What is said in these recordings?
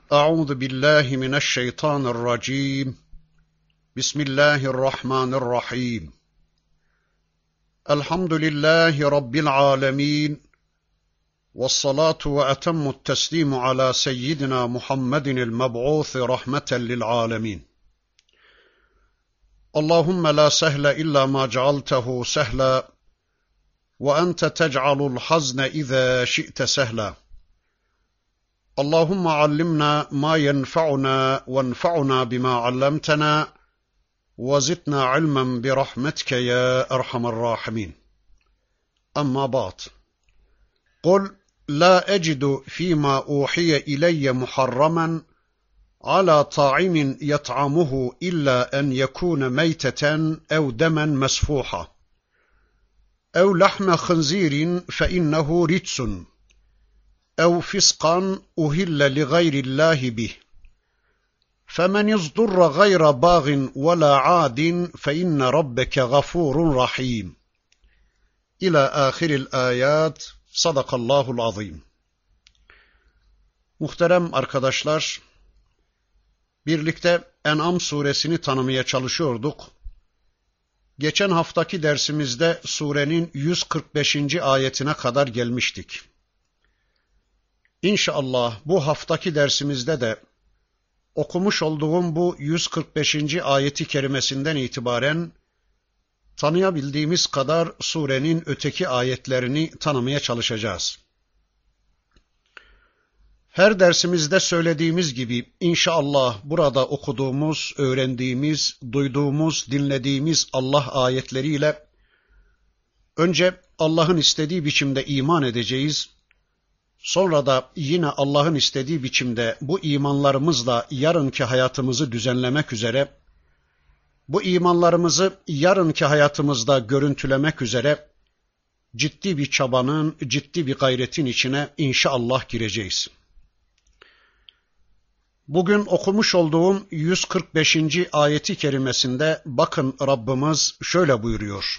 أعوذ بالله من الشيطان الرجيم. بسم الله الرحمن الرحيم. الحمد لله رب العالمين، والصلاة وأتم التسليم على سيدنا محمد المبعوث رحمة للعالمين. اللهم لا سهل إلا ما جعلته سهلا، وأنت تجعل الحزن إذا شئت سهلا. اللهم علمنا ما ينفعنا وانفعنا بما علمتنا، وزدنا علما برحمتك يا أرحم الراحمين. أما بعد، قل لا أجد فيما أوحي إلي محرما على طاعم يطعمه إلا أن يكون ميتة أو دما مسفوحا أو لحم خنزير فإنه رجس أو فسقا أهل لغير الله به، فمن اضطر غير باغ ولا عاد فإن ربك غفور رحيم. إلى آخر الآيات. Sadakallahul azim. Muhterem arkadaşlar, birlikte En'am suresini tanımaya çalışıyorduk. Geçen haftaki dersimizde surenin 145. ayetine kadar gelmiştik. İnşallah bu haftaki dersimizde de okumuş olduğum bu 145. ayeti kerimesinden itibaren tanıyabildiğimiz kadar surenin öteki ayetlerini tanımaya çalışacağız. Her dersimizde söylediğimiz gibi inşallah burada okuduğumuz, öğrendiğimiz, duyduğumuz, dinlediğimiz Allah ayetleriyle önce Allah'ın istediği biçimde iman edeceğiz. Sonra da yine Allah'ın istediği biçimde bu imanlarımızla yarınki hayatımızı düzenlemek üzere, bu imanlarımızı yarınki hayatımızda görüntülemek üzere ciddi bir çabanın, ciddi bir gayretin içine inşallah gireceğiz. Bugün okumuş olduğum 145. ayeti kerimesinde bakın Rabbimiz şöyle buyuruyor.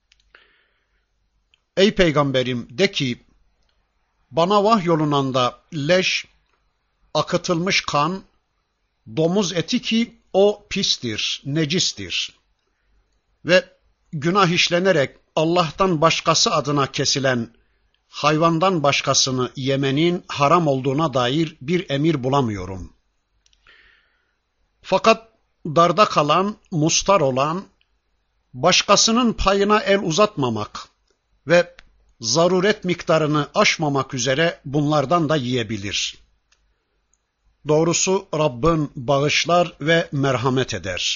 Ey peygamberim, de ki, bana vahyolunan da leş, akıtılmış kan, domuz eti ki o pistir, necistir. Ve günah işlenerek Allah'tan başkası adına kesilen hayvandan başkasını yemenin haram olduğuna dair bir emir bulamıyorum. Fakat darda kalan, mustar olan, başkasının payına el uzatmamak ve zaruret miktarını aşmamak üzere bunlardan da yiyebilir. Doğrusu Rabbin bağışlar ve merhamet eder.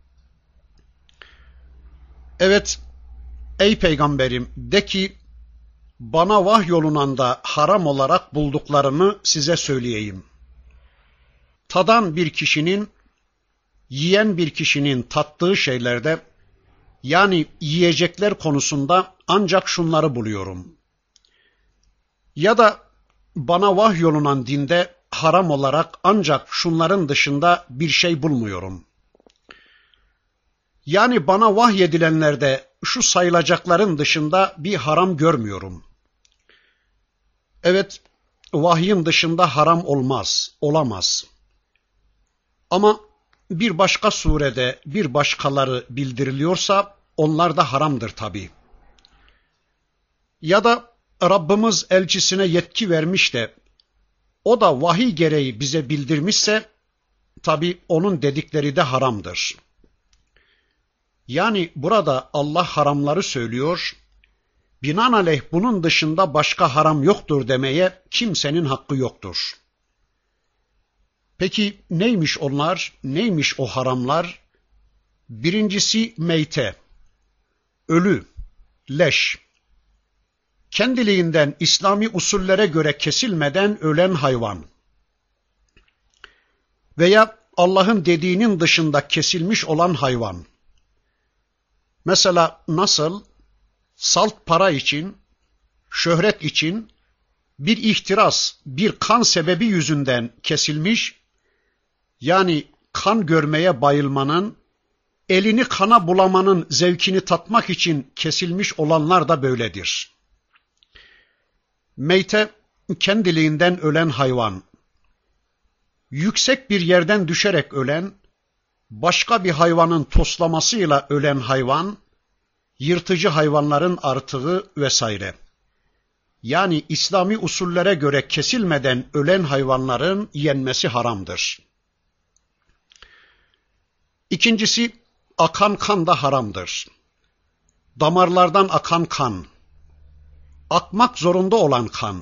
Evet, ey peygamberim, de ki, bana vahyolunan da haram olarak bulduklarını size söyleyeyim. Tadan bir kişinin, yiyen bir kişinin tattığı şeylerde, yani yiyecekler konusunda ancak şunları buluyorum. Ya da bana vahyolunan dinde haram olarak ancak şunların dışında bir şey bulmuyorum. Yani bana vahyedilenlerde şu sayılacakların dışında bir haram görmüyorum. Evet, vahyin dışında haram olmaz, olamaz. Ama bir başka surede bir başkaları bildiriliyorsa onlar da haramdır tabii. Ya da Rabbimiz elçisine yetki vermiş de o da vahiy gereği bize bildirmişse tabii onun dedikleri de haramdır. Yani burada Allah haramları söylüyor, binaenaleyh bunun dışında başka haram yoktur demeye kimsenin hakkı yoktur. Peki neymiş onlar, neymiş o haramlar? Birincisi meyte, ölü, leş. Kendiliğinden İslami usullere göre kesilmeden ölen hayvan veya Allah'ın dediğinin dışında kesilmiş olan hayvan. Mesela nasıl salt para için, şöhret için bir ihtiras, bir kan sebebi yüzünden kesilmiş, yani kan görmeye bayılmanın, elini kana bulamanın zevkini tatmak için kesilmiş olanlar da böyledir. Meyte kendiliğinden ölen hayvan. yüksek bir yerden düşerek ölen, başka bir hayvanın toslamasıyla ölen hayvan, yırtıcı hayvanların artığı vesaire. Yani İslami usullere göre kesilmeden ölen hayvanların yenmesi haramdır. İkincisi, akan kan da haramdır. Damarlardan akan kan, akmak zorunda olan kan,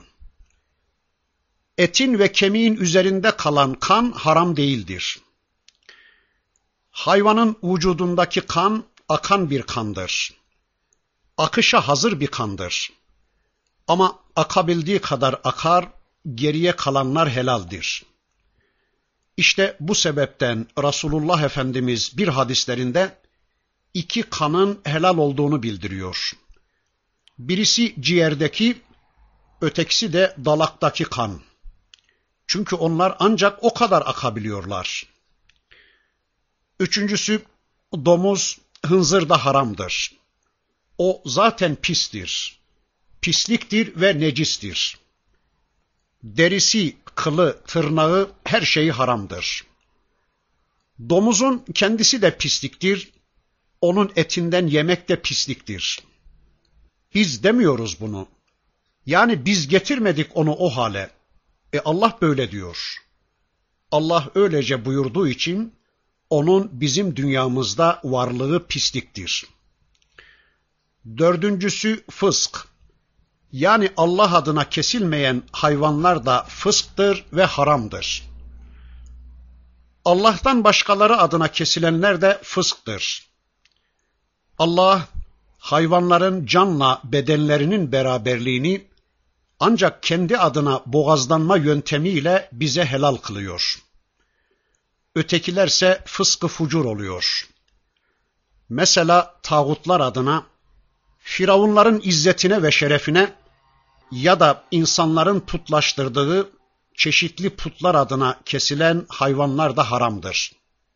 etin ve kemiğin üzerinde kalan kan haram değildir. Hayvanın vücudundaki kan akan bir kandır. Akışa hazır bir kandır. Ama akabildiği kadar akar, geriye kalanlar helaldir. İşte bu sebepten Resulullah Efendimiz bir hadislerinde iki kanın helal olduğunu bildiriyor. Birisi ciğerdeki, ötekisi de dalaktaki kan. Çünkü onlar ancak o kadar akabiliyorlar. Üçüncüsü, domuz, hınzır da haramdır. O zaten pistir. Pisliktir ve necistir. Derisi, kılı, tırnağı, her şeyi haramdır. Domuzun kendisi de pisliktir. Onun etinden yemek de pisliktir. Biz demiyoruz bunu. Yani biz getirmedik onu o hale. Allah böyle diyor. Allah öylece buyurduğu için onun bizim dünyamızda varlığı pisliktir. Dördüncüsü fısk. Yani Allah adına kesilmeyen hayvanlar da fısktır ve haramdır. Allah'tan başkaları adına kesilenler de fısktır. Allah hayvanların canla bedenlerinin beraberliğini ancak kendi adına boğazlanma yöntemiyle bize helal kılıyor. Ötekilerse fıskı fucur oluyor. Mesela tağutlar adına, firavunların izzetine ve şerefine ya da insanların putlaştırdığı çeşitli putlar adına kesilen hayvanlar da haramdır.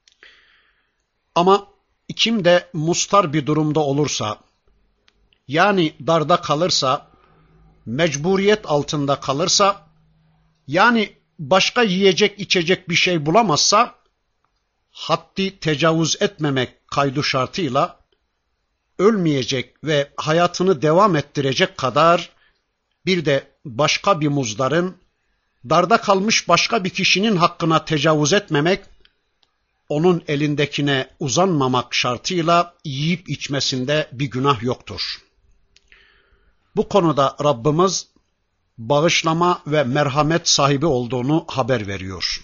Ama kim de mustar bir durumda olursa, yani darda kalırsa, mecburiyet altında kalırsa, yani başka yiyecek içecek bir şey bulamazsa, haddi tecavüz etmemek kaydı şartıyla, ölmeyecek ve hayatını devam ettirecek kadar bir de başka bir muzdarın, darda kalmış başka bir kişinin hakkına tecavüz etmemek, onun elindekine uzanmamak şartıyla yiyip içmesinde bir günah yoktur. Bu konuda Rabbimiz bağışlama ve merhamet sahibi olduğunu haber veriyor.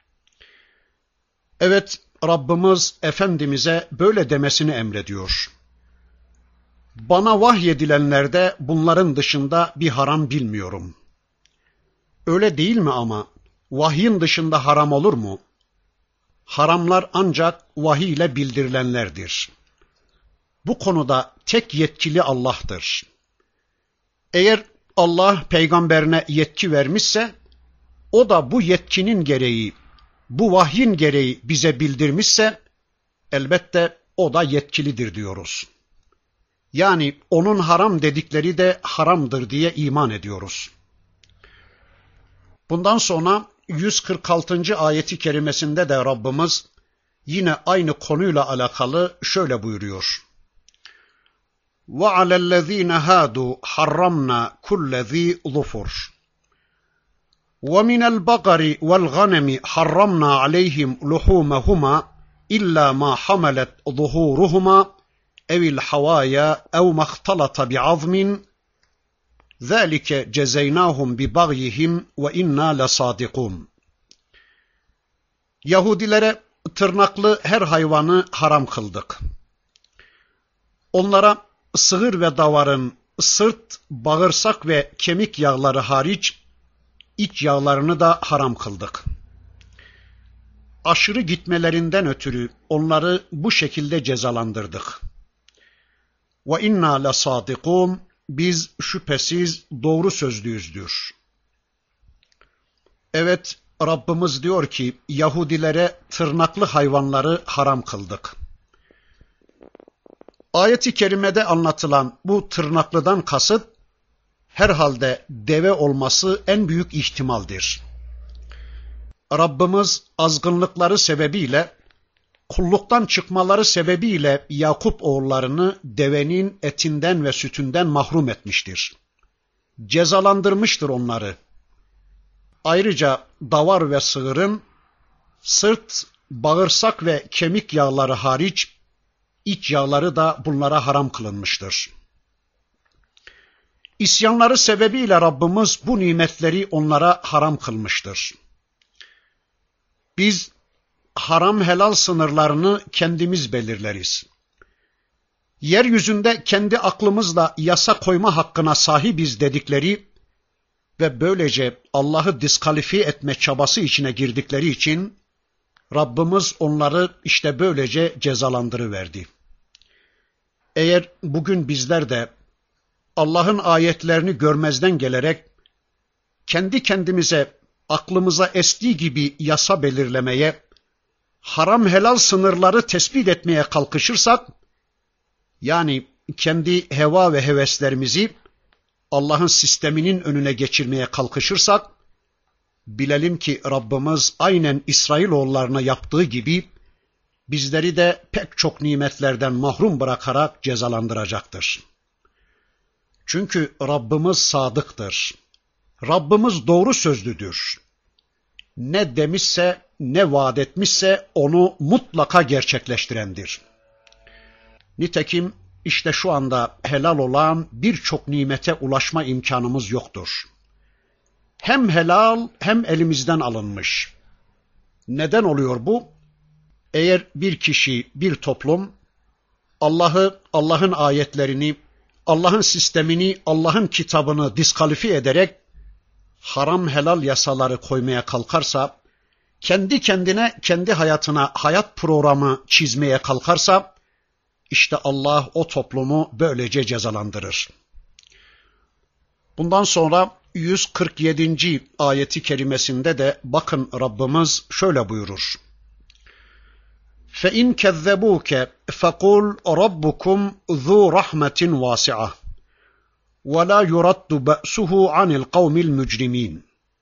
Evet, Rabbimiz Efendimiz'e böyle demesini emrediyor. Bana vahyedilenlerde bunların dışında bir haram bilmiyorum. Öyle değil mi ama? Vahyin dışında haram olur mu? Haramlar ancak vahiy ile bildirilenlerdir. Bu konuda tek yetkili Allah'tır. Eğer Allah peygamberine yetki vermişse, o da bu yetkinin gereği, bu vahyin gereği bize bildirmişse, elbette o da yetkilidir diyoruz. Yani onun haram dedikleri de haramdır diye iman ediyoruz. Bundan sonra 146. ayeti kerimesinde de Rabbimiz yine aynı konuyla alakalı şöyle buyuruyor. وَعَلَى الَّذ۪ينَ هَادُوا حَرَّمْنَا كُلَّ ذ۪ي ظُفُرٍ وَمِنَ الْبَقَرِ وَالْغَنَمِ حَرَّمْنَا عَلَيْهِمْ لُحُومَهُمَا إِلَّا مَا حَمَلَتْ ظُهُورُهُمَا اَوِ الْحَوَايَا اَوْ مَا اخْتَلَطَ بِعَظْمٍ ذَٰلِكَ جَزَيْنَاهُمْ بِبَغْيِهِمْ وَاِنَّا لَصَادِقُونَ. Yahudilere tırnaklı her hayvanı haram kıldık. Onlara sığır ve davarın sırt, bağırsak ve kemik yağları hariç iç yağlarını da haram kıldık. Aşırı gitmelerinden ötürü onları bu şekilde cezalandırdık. وَاِنَّا لَصَادِقُونَ. Biz şüphesiz doğru sözlüyüzdür. Evet, Rabbimiz diyor ki Yahudilere tırnaklı hayvanları haram kıldık. Ayet-i kerimede anlatılan bu tırnaklıdan kasıt herhalde deve olması en büyük ihtimaldir. Rabbimiz azgınlıkları sebebiyle, kulluktan çıkmaları sebebiyle Yakup oğullarını devenin etinden ve sütünden mahrum etmiştir. Cezalandırmıştır onları. Ayrıca davar ve sığırın sırt, bağırsak ve kemik yağları hariç iç yağları da bunlara haram kılınmıştır. İsyanları sebebiyle Rabbimiz bu nimetleri onlara haram kılmıştır. Biz haram helal sınırlarını kendimiz belirleriz. Yeryüzünde kendi aklımızla yasa koyma hakkına sahibiz dedikleri ve böylece Allah'ı diskalifiye etme çabası içine girdikleri için Rabbimiz onları işte böylece cezalandırıverdi. Eğer bugün bizler de Allah'ın ayetlerini görmezden gelerek kendi kendimize aklımıza estiği gibi yasa belirlemeye, haram helal sınırları tespit etmeye kalkışırsak, yani kendi heva ve heveslerimizi Allah'ın sisteminin önüne geçirmeye kalkışırsak, bilelim ki Rabbimiz aynen İsrailoğullarına yaptığı gibi bizleri de pek çok nimetlerden mahrum bırakarak cezalandıracaktır. Çünkü Rabbimiz sadıktır. Rabbimiz doğru sözlüdür. Ne demişse, ne vaat etmişse onu mutlaka gerçekleştirendir. Nitekim işte şu anda helal olan birçok nimete ulaşma imkanımız yoktur. Hem helal hem elimizden alınmış. Neden oluyor bu? Eğer bir kişi, bir toplum Allah'ı, Allah'ın ayetlerini, Allah'ın sistemini, Allah'ın kitabını diskalifiye ederek haram helal yasaları koymaya kalkarsa, kendi kendine, kendi hayatına hayat programı çizmeye kalkarsa, işte Allah o toplumu böylece cezalandırır. Bundan sonra 147. ayeti kerimesinde de bakın Rabbimiz şöyle buyurur. فَاِنْ كَذَّبُوكَ فَقُلْ رَبُّكُمْ ذُو رَحْمَةٍ وَاسِعَةٍ وَلَا يُرَدُّ بَأْسُهُ عَنِ الْقَوْمِ الْمُجْرِمِينَ.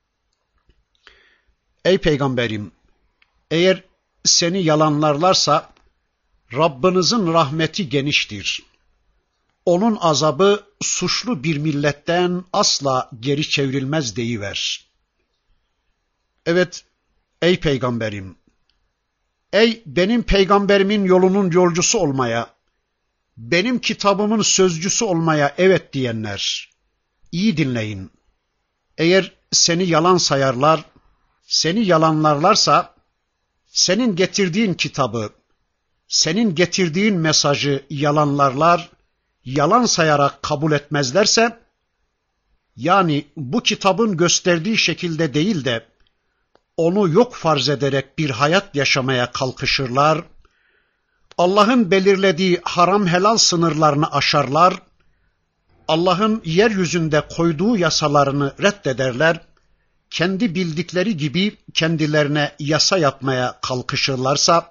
Ey Peygamberim! Eğer seni yalanlarlarsa Rabbinizin rahmeti geniştir. Onun azabı suçlu bir milletten asla geri çevrilmez deyiver. Evet, ey Peygamberim! Ey benim peygamberimin yolunun yolcusu olmaya, benim kitabımın sözcüsü olmaya evet diyenler, iyi dinleyin. Eğer seni yalan sayarlar, seni yalanlarlarsa, senin getirdiğin kitabı, senin getirdiğin mesajı yalanlarlar, yalan sayarak kabul etmezlerse, yani bu kitabın gösterdiği şekilde değil de, onu yok farz ederek bir hayat yaşamaya kalkışırlar, Allah'ın belirlediği haram helal sınırlarını aşarlar, Allah'ın yeryüzünde koyduğu yasalarını reddederler, kendi bildikleri gibi kendilerine yasa yapmaya kalkışırlarsa,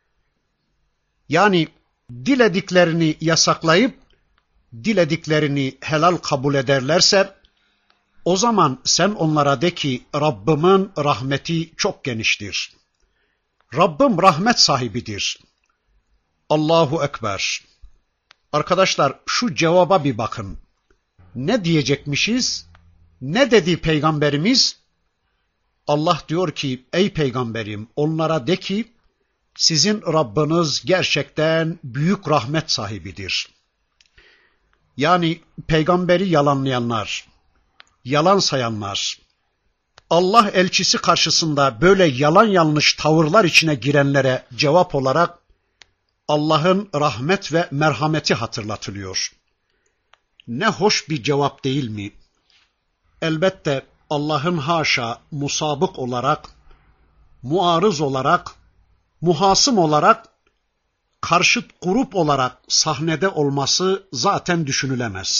yani dilediklerini yasaklayıp, dilediklerini helal kabul ederlerse, o zaman sen onlara de ki Rabbimin rahmeti çok geniştir. Rabbim rahmet sahibidir. Allahu Ekber. Arkadaşlar şu cevaba bir bakın. Ne diyecekmişiz? Ne dedi Peygamberimiz? Allah diyor ki ey Peygamberim onlara de ki sizin Rabbiniz gerçekten büyük rahmet sahibidir. Yani peygamberi yalanlayanlar, yalan sayanlar, Allah elçisi karşısında böyle yalan yanlış tavırlar içine girenlere cevap olarak Allah'ın rahmet ve merhameti hatırlatılıyor. Ne hoş bir cevap değil mi? Elbette Allah'ın haşa musabık olarak, muarız olarak, muhasım olarak, karşıt grup olarak sahnede olması zaten düşünülemez.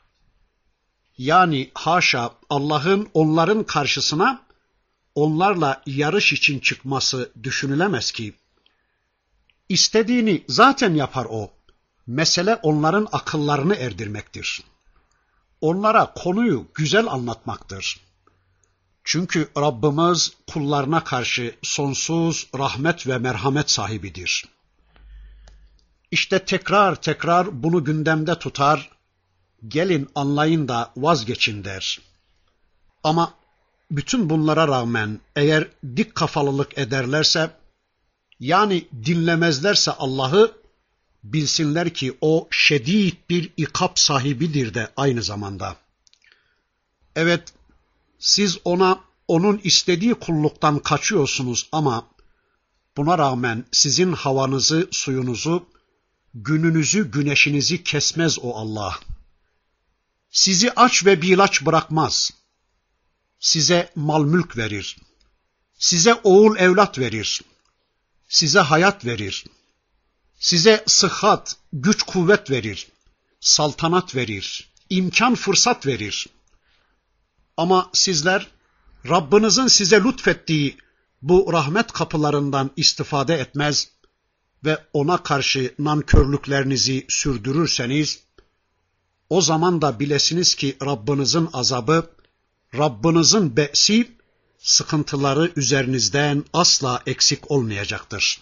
Yani haşa Allah'ın onların karşısına onlarla yarış için çıkması düşünülemez ki. İstediğini zaten yapar o. Mesele onların akıllarını erdirmektir. Onlara konuyu güzel anlatmaktır. Çünkü Rabbimiz kullarına karşı sonsuz rahmet ve merhamet sahibidir. İşte tekrar tekrar bunu gündemde tutar, gelin anlayın da vazgeçin der. Ama bütün bunlara rağmen eğer dik kafalılık ederlerse, yani dinlemezlerse Allah'ı, bilsinler ki o şedid bir ikap sahibidir de aynı zamanda. Evet, siz ona, onun istediği kulluktan kaçıyorsunuz ama buna rağmen sizin havanızı, suyunuzu, gününüzü, güneşinizi kesmez o Allah. Sizi aç ve bilaç bırakmaz. Size mal mülk verir. Size oğul evlat verir. Size hayat verir. Size sıhhat, güç kuvvet verir. Saltanat verir. İmkan fırsat verir. Ama sizler Rabbinizin size lütfettiği bu rahmet kapılarından istifade etmez ve ona karşı nankörlüklerinizi sürdürürseniz, o zaman da bilesiniz ki Rabbinizin azabı, Rabbinizin be'si, sıkıntıları üzerinizden asla eksik olmayacaktır.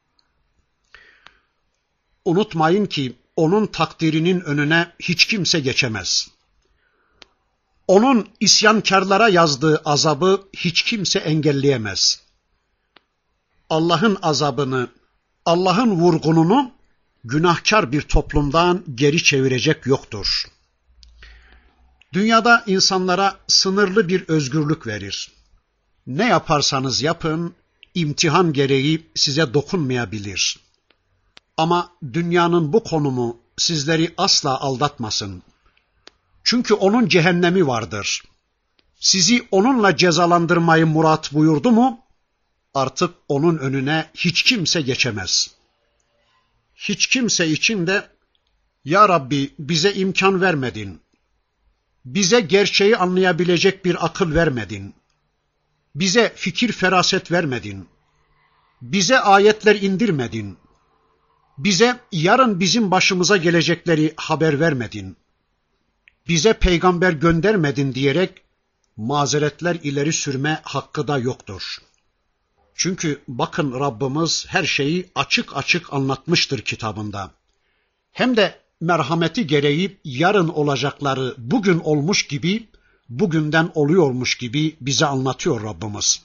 Unutmayın ki onun takdirinin önüne hiç kimse geçemez. Onun isyankarlara yazdığı azabı hiç kimse engelleyemez. Allah'ın azabını, Allah'ın vurgununu günahkar bir toplumdan geri çevirecek yoktur. Dünyada insanlara sınırlı bir özgürlük verir. Ne yaparsanız yapın, imtihan gereği size dokunmayabilir. Ama dünyanın bu konumu sizleri asla aldatmasın. Çünkü onun cehennemi vardır. Sizi onunla cezalandırmayı murat buyurdu mu, artık onun önüne hiç kimse geçemez. Hiç kimse için de, Ya Rabbi bize imkan vermedin, bize gerçeği anlayabilecek bir akıl vermedin, bize fikir feraset vermedin, bize ayetler indirmedin, bize yarın bizim başımıza gelecekleri haber vermedin, bize peygamber göndermedin diyerek mazeretler ileri sürme hakkı da yoktur. Çünkü bakın Rabbimiz her şeyi açık açık anlatmıştır kitabında. Hem de merhameti gereği yarın olacakları bugün olmuş gibi, bugünden oluyormuş gibi bize anlatıyor Rabbimiz.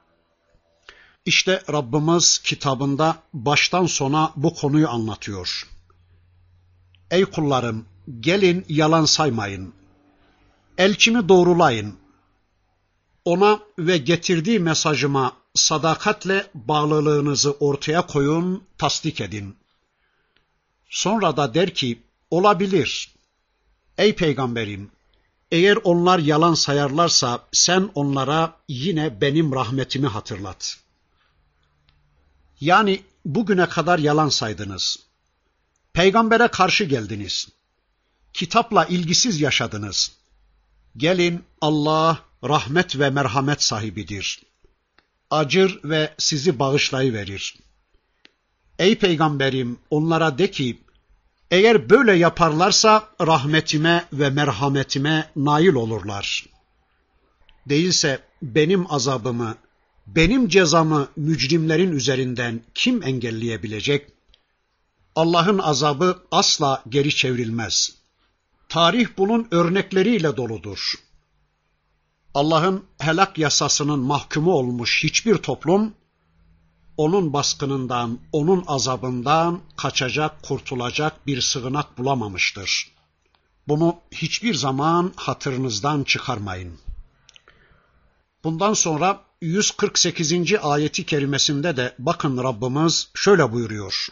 İşte Rabbimiz kitabında baştan sona bu konuyu anlatıyor. Ey kullarım, gelin yalan saymayın. Elçimi doğrulayın. Ona ve getirdiği mesajıma sadakatle bağlılığınızı ortaya koyun, tasdik edin. Sonra da der ki, olabilir. Ey peygamberim, eğer onlar yalan sayarlarsa sen onlara yine benim rahmetimi hatırlat. Yani bugüne kadar yalan saydınız. Peygambere karşı geldiniz. Kitapla ilgisiz yaşadınız. Gelin Allah rahmet ve merhamet sahibidir. Acır ve sizi bağışlayıverir. Ey peygamberim onlara de ki, eğer böyle yaparlarsa rahmetime ve merhametime nail olurlar. Değilse benim azabımı, benim cezamı mücrimlerin üzerinden kim engelleyebilecek? Allah'ın azabı asla geri çevrilmez. Tarih bunun örnekleriyle doludur. Allah'ın helak yasasının mahkumu olmuş hiçbir toplum, onun baskınından, onun azabından kaçacak, kurtulacak bir sığınak bulamamıştır. Bunu hiçbir zaman hatırınızdan çıkarmayın. Bundan sonra 148. ayeti kerimesinde de bakın Rabbimiz şöyle buyuruyor.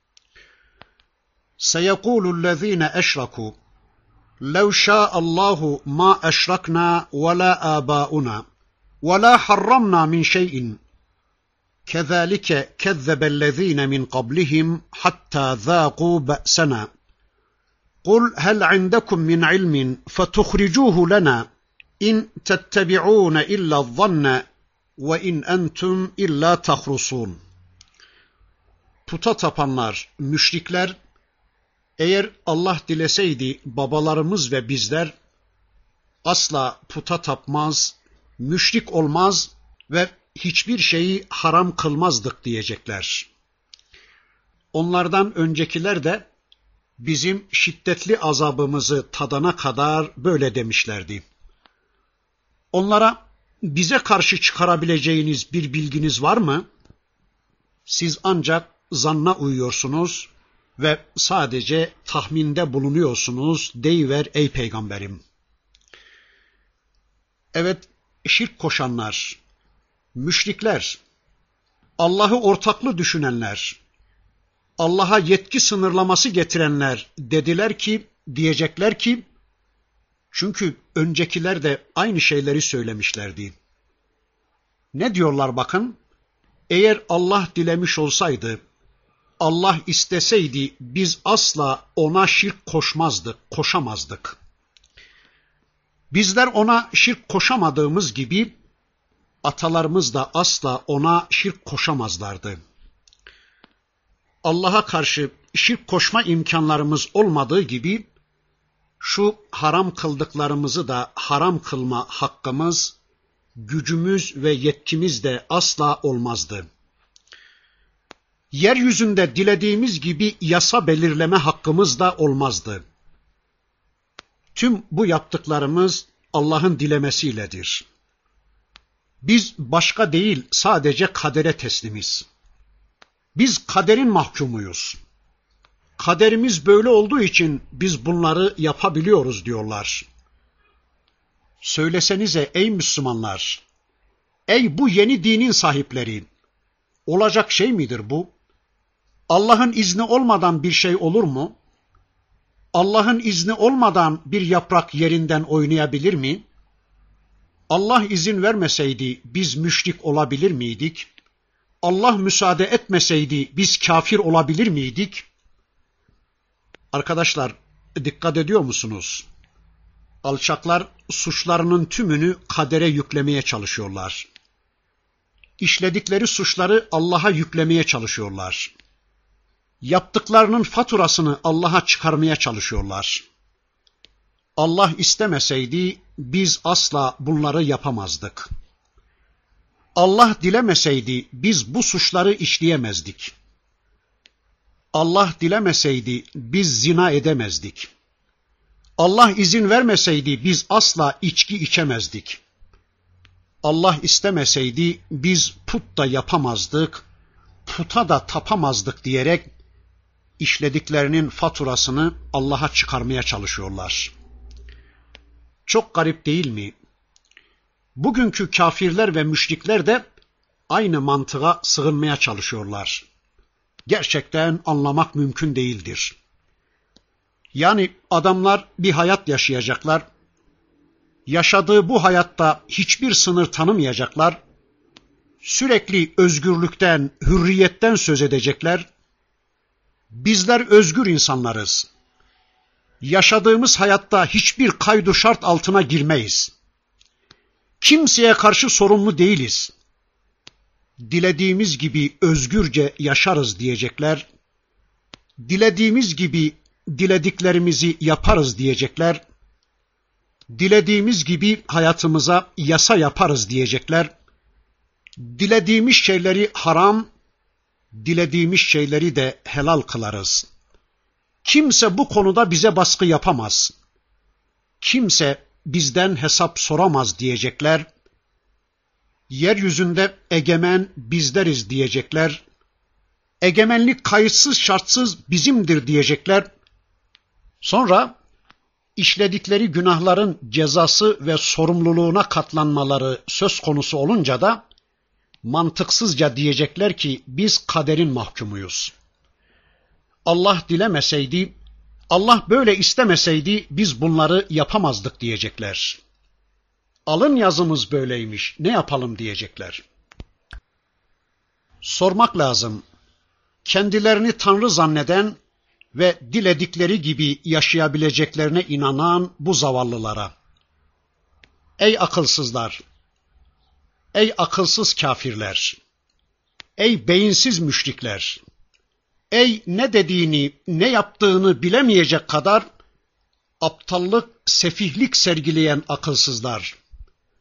سَيَقُولُ الَّذ۪ينَ اَشْرَكُوا لَوْ شَاءَ اللّٰهُ مَا اَشْرَكْنَا وَلَا آبَاؤُنَا وَلَا حَرَّمْنَا مِنْ شَيْءٍ كَذَٰلِكَ كَذَّبَ الَّذ۪ينَ مِنْ قَبْلِهِمْ حَتَّى ذَاقُوا بَأْسَنَا قُلْ هَلْ عِنْدَكُمْ مِنْ عِلْمٍ فَتُخْرِجُوهُ لَنَا إِنْ تَتَّبِعُونَ إِلَّا الظَّنَّ وَإِنْ أَنْتُمْ إِلَّا تَخْرُصُونَ. Puta tapanlar, müşrikler, eğer Allah dileseydi babalarımız ve bizler asla puta tapmaz, müşrik olmaz ve hiçbir şeyi haram kılmazdık diyecekler. Onlardan öncekiler de bizim şiddetli azabımızı tadana kadar böyle demişlerdi. Onlara bize karşı çıkarabileceğiniz bir bilginiz var mı? Siz ancak zanna uyuyorsunuz ve sadece tahminde bulunuyorsunuz deyiver ey peygamberim. Evet, şirk koşanlar, müşrikler, Allah'ı ortaklı düşünenler, Allah'a yetki sınırlaması getirenler diyecekler ki, çünkü öncekiler de aynı şeyleri söylemişlerdi. Ne diyorlar bakın? Eğer Allah dilemiş olsaydı, Allah isteseydi biz asla ona şirk koşamazdık. Bizler ona şirk koşamadığımız gibi, atalarımız da asla ona şirk koşamazlardı. Allah'a karşı şirk koşma imkanlarımız olmadığı gibi, şu haram kıldıklarımızı da haram kılma hakkımız, gücümüz ve yetkimiz de asla olmazdı. Yeryüzünde dilediğimiz gibi yasa belirleme hakkımız da olmazdı. Tüm bu yaptıklarımız Allah'ın dilemesiyledir. Biz başka değil, sadece kadere teslimiz. Biz kaderin mahkumuyuz. Kaderimiz böyle olduğu için biz bunları yapabiliyoruz diyorlar. Söylesenize ey Müslümanlar, ey bu yeni dinin sahipleri, olacak şey midir bu? Allah'ın izni olmadan bir şey olur mu? Allah'ın izni olmadan bir yaprak yerinden oynayabilir mi? Allah izin vermeseydi biz müşrik olabilir miydik? Allah müsaade etmeseydi biz kafir olabilir miydik? Arkadaşlar, dikkat ediyor musunuz? Alçaklar suçlarının tümünü kadere yüklemeye çalışıyorlar. İşledikleri suçları Allah'a yüklemeye çalışıyorlar. Yaptıklarının faturasını Allah'a çıkarmaya çalışıyorlar. Allah istemeseydi biz asla bunları yapamazdık. Allah dilemeseydi biz bu suçları işleyemezdik. Allah dilemeseydi biz zina edemezdik. Allah izin vermeseydi biz asla içki içemezdik. Allah istemeseydi biz put da yapamazdık, puta da tapamazdık diyerek işlediklerinin faturasını Allah'a çıkarmaya çalışıyorlar. Çok garip değil mi? Bugünkü kafirler ve müşrikler de aynı mantığa sığınmaya çalışıyorlar. Gerçekten anlamak mümkün değildir. Yani adamlar bir hayat yaşayacaklar. Yaşadığı bu hayatta hiçbir sınır tanımayacaklar. Sürekli özgürlükten, hürriyetten söz edecekler. Bizler özgür insanlarız. Yaşadığımız hayatta hiçbir kaydu şart altına girmeyiz. Kimseye karşı sorumlu değiliz. Dilediğimiz gibi özgürce yaşarız diyecekler. Dilediğimiz gibi dilediklerimizi yaparız diyecekler. Dilediğimiz gibi hayatımıza yasa yaparız diyecekler. Dilediğimiz şeyleri haram, dilediğimiz şeyleri de helal kılarız. Kimse bu konuda bize baskı yapamaz. Kimse bizden hesap soramaz diyecekler. Yeryüzünde egemen bizleriz diyecekler. Egemenlik kayıtsız şartsız bizimdir diyecekler. Sonra işledikleri günahların cezası ve sorumluluğuna katlanmaları söz konusu olunca da mantıksızca diyecekler ki biz kaderin mahkumuyuz. Allah dilemeseydi, Allah böyle istemeseydi biz bunları yapamazdık diyecekler. Alın yazımız böyleymiş, ne yapalım diyecekler. Sormak lazım. Kendilerini Tanrı zanneden ve diledikleri gibi yaşayabileceklerine inanan bu zavallılara. Ey akılsızlar! Ey akılsız kafirler! Ey beyinsiz müşrikler! Ey ne dediğini, ne yaptığını bilemeyecek kadar aptallık, sefihlik sergileyen akılsızlar!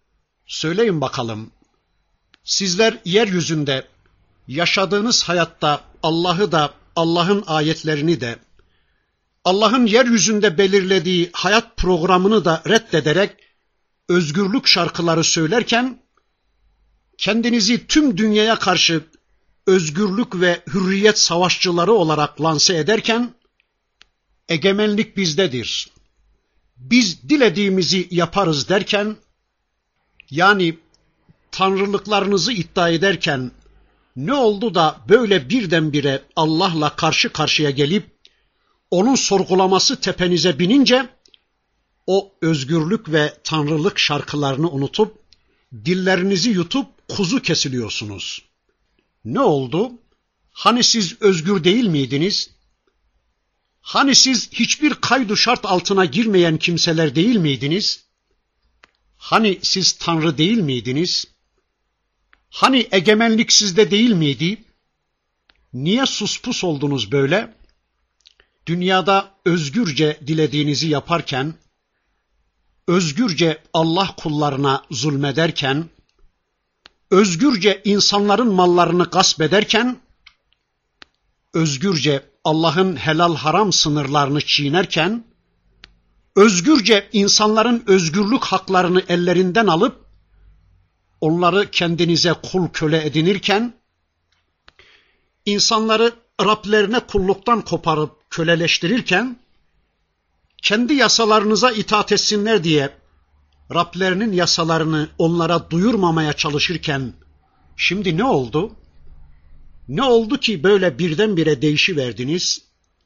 Söyleyin bakalım, sizler yeryüzünde yaşadığınız hayatta Allah'ı da, Allah'ın ayetlerini de, Allah'ın yeryüzünde belirlediği hayat programını da reddederek özgürlük şarkıları söylerken, kendinizi tüm dünyaya karşı özgürlük ve hürriyet savaşçıları olarak lanse ederken, egemenlik bizdedir, biz dilediğimizi yaparız derken, yani tanrılıklarınızı iddia ederken, ne oldu da böyle birdenbire Allah'la karşı karşıya gelip, onun sorgulaması tepenize binince, o özgürlük ve tanrılık şarkılarını unutup, dillerinizi yutup kuzu kesiliyorsunuz. Ne oldu? Hani siz özgür değil miydiniz? Hani siz hiçbir kaydu şart altına girmeyen kimseler değil miydiniz? Hani siz Tanrı değil miydiniz? Hani egemenlik sizde değil miydi? Niye suspus oldunuz böyle? Dünyada özgürce dilediğinizi yaparken, özgürce Allah kullarına zulmederken, özgürce insanların mallarını gasp ederken, özgürce Allah'ın helal haram sınırlarını çiğnerken, özgürce insanların özgürlük haklarını ellerinden alıp, onları kendinize kul köle edinirken, insanları Rablerine kulluktan koparıp köleleştirirken, kendi yasalarınıza itaat etsinler diye Rablerinin yasalarını onlara duyurmamaya çalışırken, şimdi ne oldu? Ne oldu ki böyle birdenbire değişiverdiniz?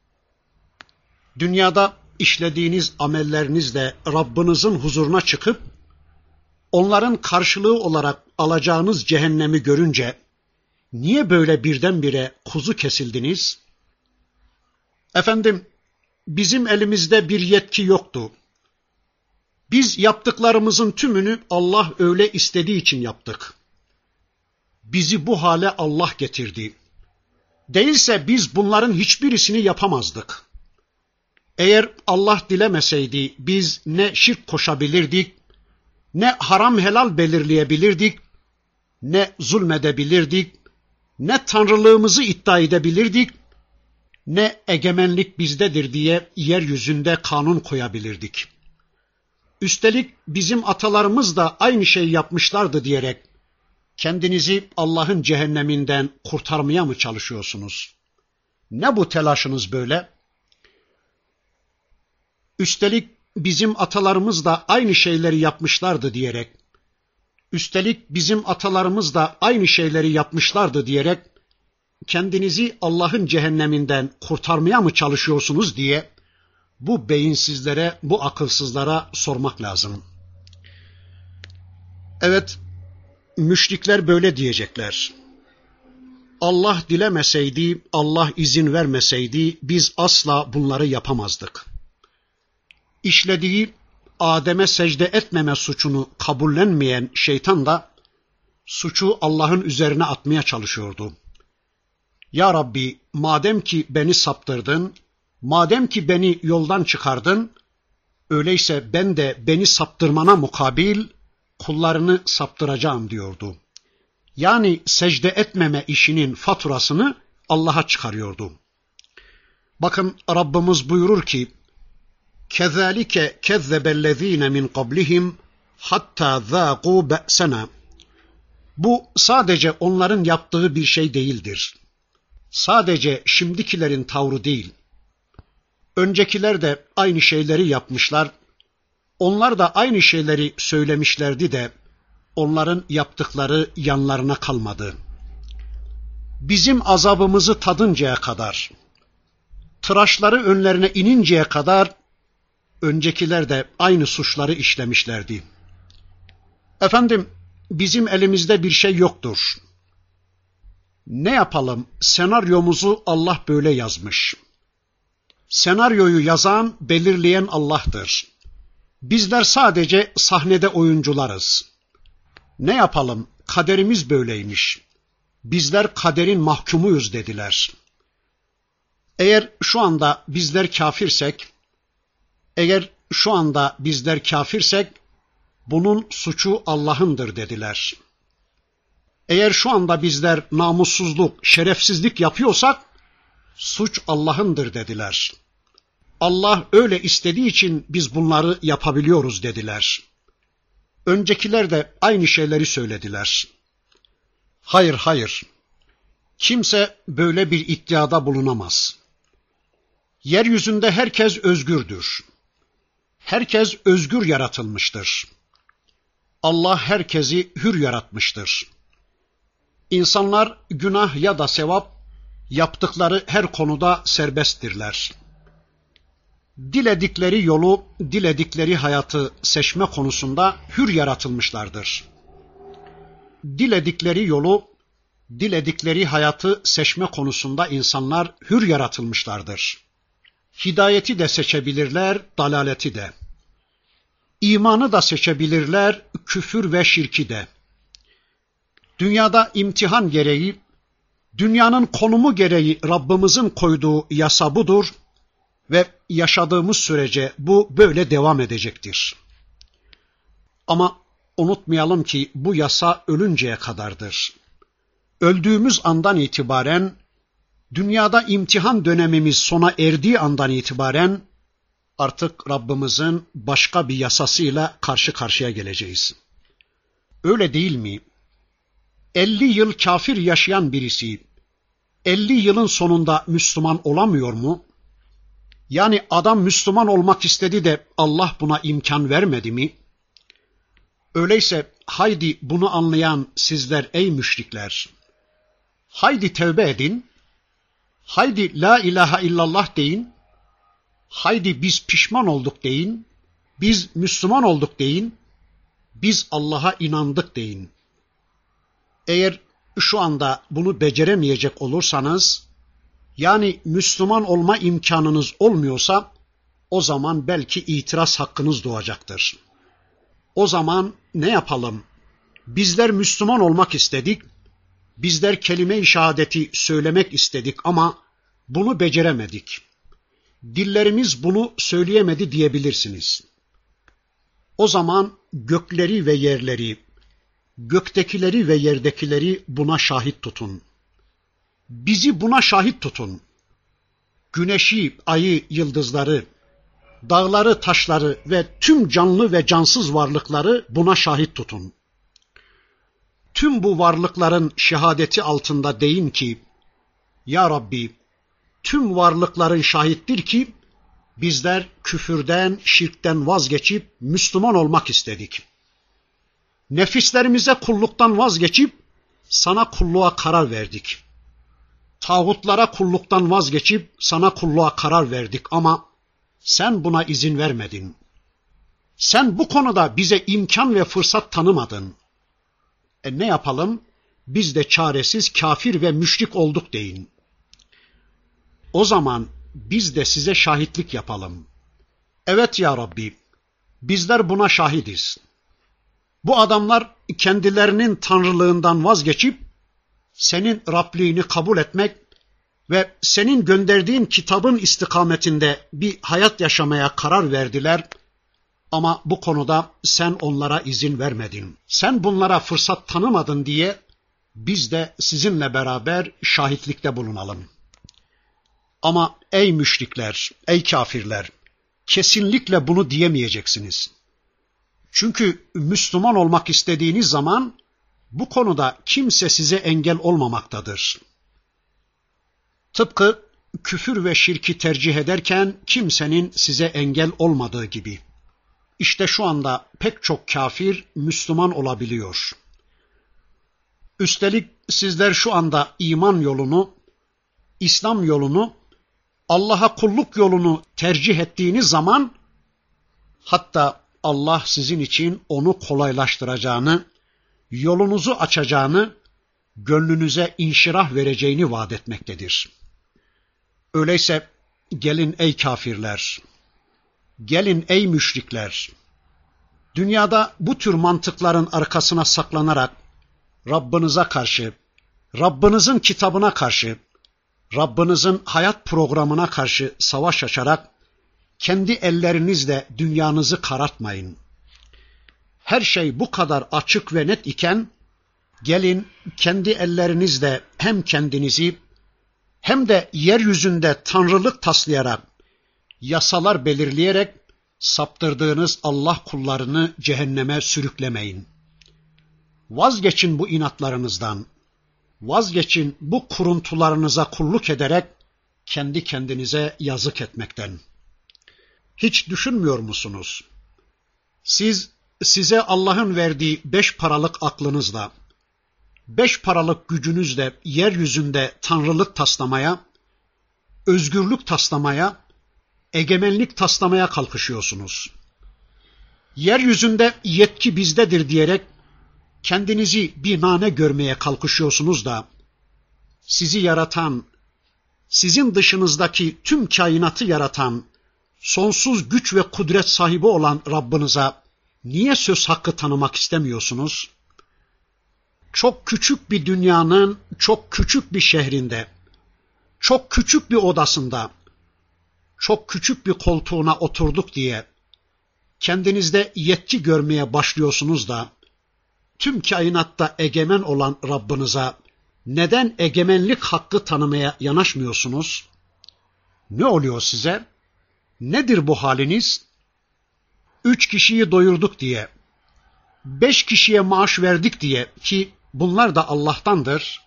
Dünyada işlediğiniz amellerinizle Rabbinizin huzuruna çıkıp, onların karşılığı olarak alacağınız cehennemi görünce, niye böyle birdenbire kuzu kesildiniz? Efendim, bizim elimizde bir yetki yoktu. Biz yaptıklarımızın tümünü Allah öyle istediği için yaptık. Bizi bu hale Allah getirdi. Değilse biz bunların hiçbirisini yapamazdık. Eğer Allah dilemeseydi biz ne şirk koşabilirdik, ne haram helal belirleyebilirdik, ne zulmedebilirdik, ne tanrılığımızı iddia edebilirdik, ne egemenlik bizdedir diye yeryüzünde kanun koyabilirdik. Üstelik bizim atalarımız da aynı şeyi yapmışlardı diyerek kendinizi Allah'ın cehenneminden kurtarmaya mı çalışıyorsunuz? Ne bu telaşınız böyle? Üstelik bizim atalarımız da aynı şeyleri yapmışlardı diyerek, kendinizi Allah'ın cehenneminden kurtarmaya mı çalışıyorsunuz diye bu beyinsizlere, bu akılsızlara sormak lazım. Evet, müşrikler böyle diyecekler. Allah dilemeseydi, Allah izin vermeseydi biz asla bunları yapamazdık. İşlediği Adem'e secde etmeme suçunu kabullenmeyen şeytan da suçu Allah'ın üzerine atmaya çalışıyordu. Ya Rabbi, madem ki beni saptırdın, madem ki beni yoldan çıkardın, öyleyse ben de beni saptırmana mukabil kullarını saptıracağım diyordu. Yani secde etmeme işinin faturasını Allah'a çıkarıyordu. Bakın Rabbimiz buyurur ki, كَذَٰلِكَ كَذَّبَ الَّذ۪ينَ مِنْ قَبْلِهِمْ حَتَّى ذَاقُوا بَأْسَنَا. Bu sadece onların yaptığı bir şey değildir. Sadece şimdikilerin tavrı değil. Öncekiler de aynı şeyleri yapmışlar. Onlar da aynı şeyleri söylemişlerdi de onların yaptıkları yanlarına kalmadı. Bizim azabımızı tadıncaya kadar, tıraşları önlerine ininceye kadar öncekiler de aynı suçları işlemişlerdi. Efendim, bizim elimizde bir şey yoktur. Ne yapalım? Senaryomuzu Allah böyle yazmış. Senaryoyu yazan, belirleyen Allah'tır. Bizler sadece sahnede oyuncularız. Ne yapalım? Kaderimiz böyleymiş. Bizler kaderin mahkumuyuz dediler. Eğer şu anda bizler kafirsek, bunun suçu Allah'ındır dediler. Eğer şu anda bizler namussuzluk, şerefsizlik yapıyorsak, suç Allah'ındır dediler. Allah öyle istediği için biz bunları yapabiliyoruz dediler. Öncekiler de aynı şeyleri söylediler. Hayır, hayır. Kimse böyle bir iddiada bulunamaz. Yeryüzünde herkes özgürdür. Herkes özgür yaratılmıştır. Allah herkesi hür yaratmıştır. İnsanlar günah ya da sevap yaptıkları her konuda serbesttirler. Diledikleri yolu, diledikleri hayatı seçme konusunda hür yaratılmışlardır. Diledikleri yolu, diledikleri hayatı seçme konusunda insanlar hür yaratılmışlardır. Hidayeti de seçebilirler, dalaleti de. İmanı da seçebilirler, küfür ve şirki de. Dünyada imtihan gereği, dünyanın konumu gereği Rabbimizin koyduğu yasa budur ve yaşadığımız sürece bu böyle devam edecektir. Ama unutmayalım ki bu yasa ölünceye kadardır. Öldüğümüz andan itibaren, dünyada imtihan dönemimiz sona erdiği andan itibaren artık Rabbimizin başka bir yasasıyla karşı karşıya geleceğiz. Öyle değil mi? 50 yıl kafir yaşayan birisi 50 yılın sonunda Müslüman olamıyor mu? Yani adam Müslüman olmak istedi de Allah buna imkan vermedi mi? Öyleyse haydi bunu anlayan sizler ey müşrikler, haydi tevbe edin, haydi la ilahe illallah deyin, haydi biz pişman olduk deyin, biz Müslüman olduk deyin, biz Allah'a inandık deyin. Eğer şu anda bunu beceremeyecek olursanız, yani Müslüman olma imkanınız olmuyorsa, o zaman belki itiraz hakkınız doğacaktır. O zaman ne yapalım? Bizler Müslüman olmak istedik, bizler kelime-i şehadeti söylemek istedik ama bunu beceremedik. Dillerimiz bunu söyleyemedi diyebilirsiniz. O zaman gökleri ve yerleri, göktekileri ve yerdekileri buna şahit tutun. Bizi buna şahit tutun. Güneşi, ayı, yıldızları, dağları, taşları ve tüm canlı ve cansız varlıkları buna şahit tutun. Tüm bu varlıkların şehadeti altında deyin ki, Ya Rabbi, tüm varlıkların şahittir ki, bizler küfürden, şirkten vazgeçip Müslüman olmak istedik. Nefislerimize kulluktan vazgeçip sana kulluğa karar verdik. Tağutlara kulluktan vazgeçip sana kulluğa karar verdik ama sen buna izin vermedin. Sen bu konuda bize imkan ve fırsat tanımadın. Ne yapalım? Biz de çaresiz kafir ve müşrik olduk deyin. O zaman biz de size şahitlik yapalım. Evet ya Rabbi, bizler buna şahidiz. Bu adamlar kendilerinin tanrılığından vazgeçip senin Rabliğini kabul etmek ve senin gönderdiğin kitabın istikametinde bir hayat yaşamaya karar verdiler. Ama bu konuda sen onlara izin vermedin. Sen bunlara fırsat tanımadın diye biz de sizinle beraber şahitlikte bulunalım. Ama ey müşrikler, ey kafirler, kesinlikle bunu diyemeyeceksiniz. Çünkü Müslüman olmak istediğiniz zaman bu konuda kimse size engel olmamaktadır. Tıpkı küfür ve şirki tercih ederken kimsenin size engel olmadığı gibi. İşte şu anda pek çok kafir Müslüman olabiliyor. Üstelik sizler şu anda iman yolunu, İslam yolunu, Allah'a kulluk yolunu tercih ettiğiniz zaman hatta Allah sizin için onu kolaylaştıracağını, yolunuzu açacağını, gönlünüze inşirah vereceğini vaat etmektedir. Öyleyse gelin ey kafirler, gelin ey müşrikler, dünyada bu tür mantıkların arkasına saklanarak Rabbinize karşı, Rabbinizin kitabına karşı, Rabbinizin hayat programına karşı savaş açarak kendi ellerinizle dünyanızı karartmayın. her şey bu kadar açık ve net iken, gelin kendi ellerinizle hem kendinizi hem de yeryüzünde tanrılık taslayarak, yasalar belirleyerek saptırdığınız Allah kullarını cehenneme sürüklemeyin. Vazgeçin bu inatlarınızdan, vazgeçin bu kuruntularınıza kulluk ederek kendi kendinize yazık etmekten. Hiç düşünmüyor musunuz? Size Allah'ın verdiği 5 paralık aklınızla, 5 paralık gücünüzle yeryüzünde tanrılık taslamaya, özgürlük taslamaya, egemenlik taslamaya kalkışıyorsunuz. Yeryüzünde yetki bizdedir diyerek kendinizi binane görmeye kalkışıyorsunuz da, sizi yaratan, sizin dışınızdaki tüm kainatı yaratan, sonsuz güç ve kudret sahibi olan Rabbinize niye söz hakkı tanımak istemiyorsunuz? Çok küçük bir dünyanın çok küçük bir şehrinde, çok küçük bir odasında, çok küçük bir koltuğuna oturduk diye kendinizde yetki görmeye başlıyorsunuz da, tüm kainatta egemen olan Rabbinize neden egemenlik hakkı tanımaya yanaşmıyorsunuz? Ne oluyor size? Nedir bu haliniz? 3 kişiyi doyurduk diye, 5 kişiye maaş verdik diye, ki bunlar da Allah'tandır,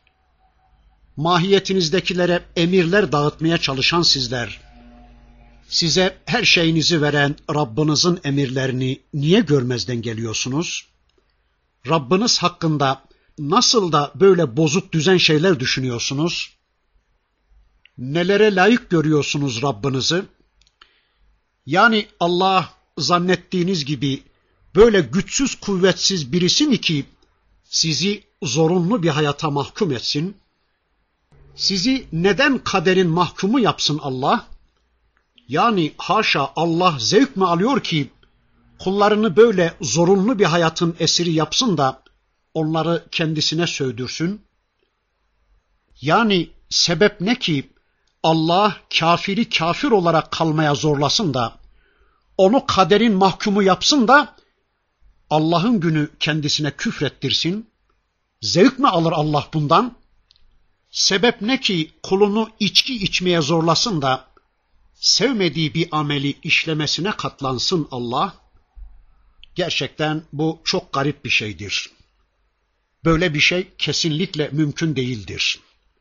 mahiyetinizdekileri emirler dağıtmaya çalışan sizler, size her şeyinizi veren Rabbinizin emirlerini niye görmezden geliyorsunuz? Rabbiniz hakkında nasıl da böyle bozuk düzen şeyler düşünüyorsunuz? Nelere layık görüyorsunuz Rabbinizi? Yani Allah zannettiğiniz gibi böyle güçsüz kuvvetsiz birisi mi ki sizi zorunlu bir hayata mahkum etsin? Sizi neden kaderin mahkumu yapsın Allah? Yani haşa, Allah zevk mi alıyor ki kullarını böyle zorunlu bir hayatın esiri yapsın da onları kendisine sövdürsün? Yani sebep ne ki Allah kafiri kafir olarak kalmaya zorlasın da onu kaderin mahkumu yapsın da Allah'ın günü kendisine küfrettirsin? Zevk mi alır Allah bundan? Sebep ne ki kulunu içki içmeye zorlasın da sevmediği bir ameli işlemesine katlansın Allah? Gerçekten bu çok garip bir şeydir. Böyle bir şey kesinlikle mümkün değildir.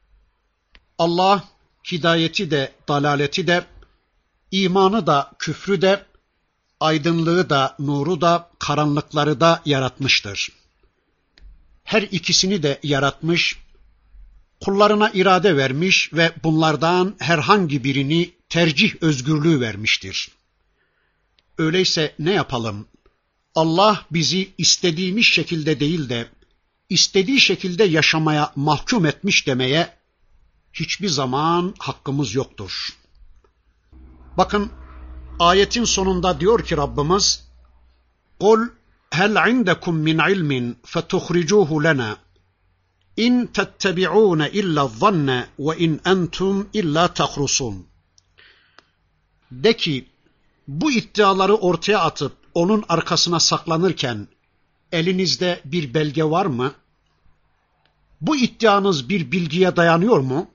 Allah hidayeti de, dalaleti de, imanı da, küfrü de, aydınlığı da, nuru da, karanlıkları da yaratmıştır. Her ikisini de yaratmış, kullarına irade vermiş ve bunlardan herhangi birini tercih özgürlüğü vermiştir. Öyleyse ne yapalım? Allah bizi istediğimiz şekilde değil de istediği şekilde yaşamaya mahkum etmiş demeye hiçbir zaman hakkımız yoktur. Bakın ayetin sonunda diyor ki Rabbimiz: "Kul hel indekum min ilmin fetuhricuhu lana in tettebi'un illa zanne ve in entum illa tahrusun." De ki, bu iddiaları ortaya atıp onun arkasına saklanırken elinizde bir belge var mı? Bu iddianız bir bilgiye dayanıyor mu?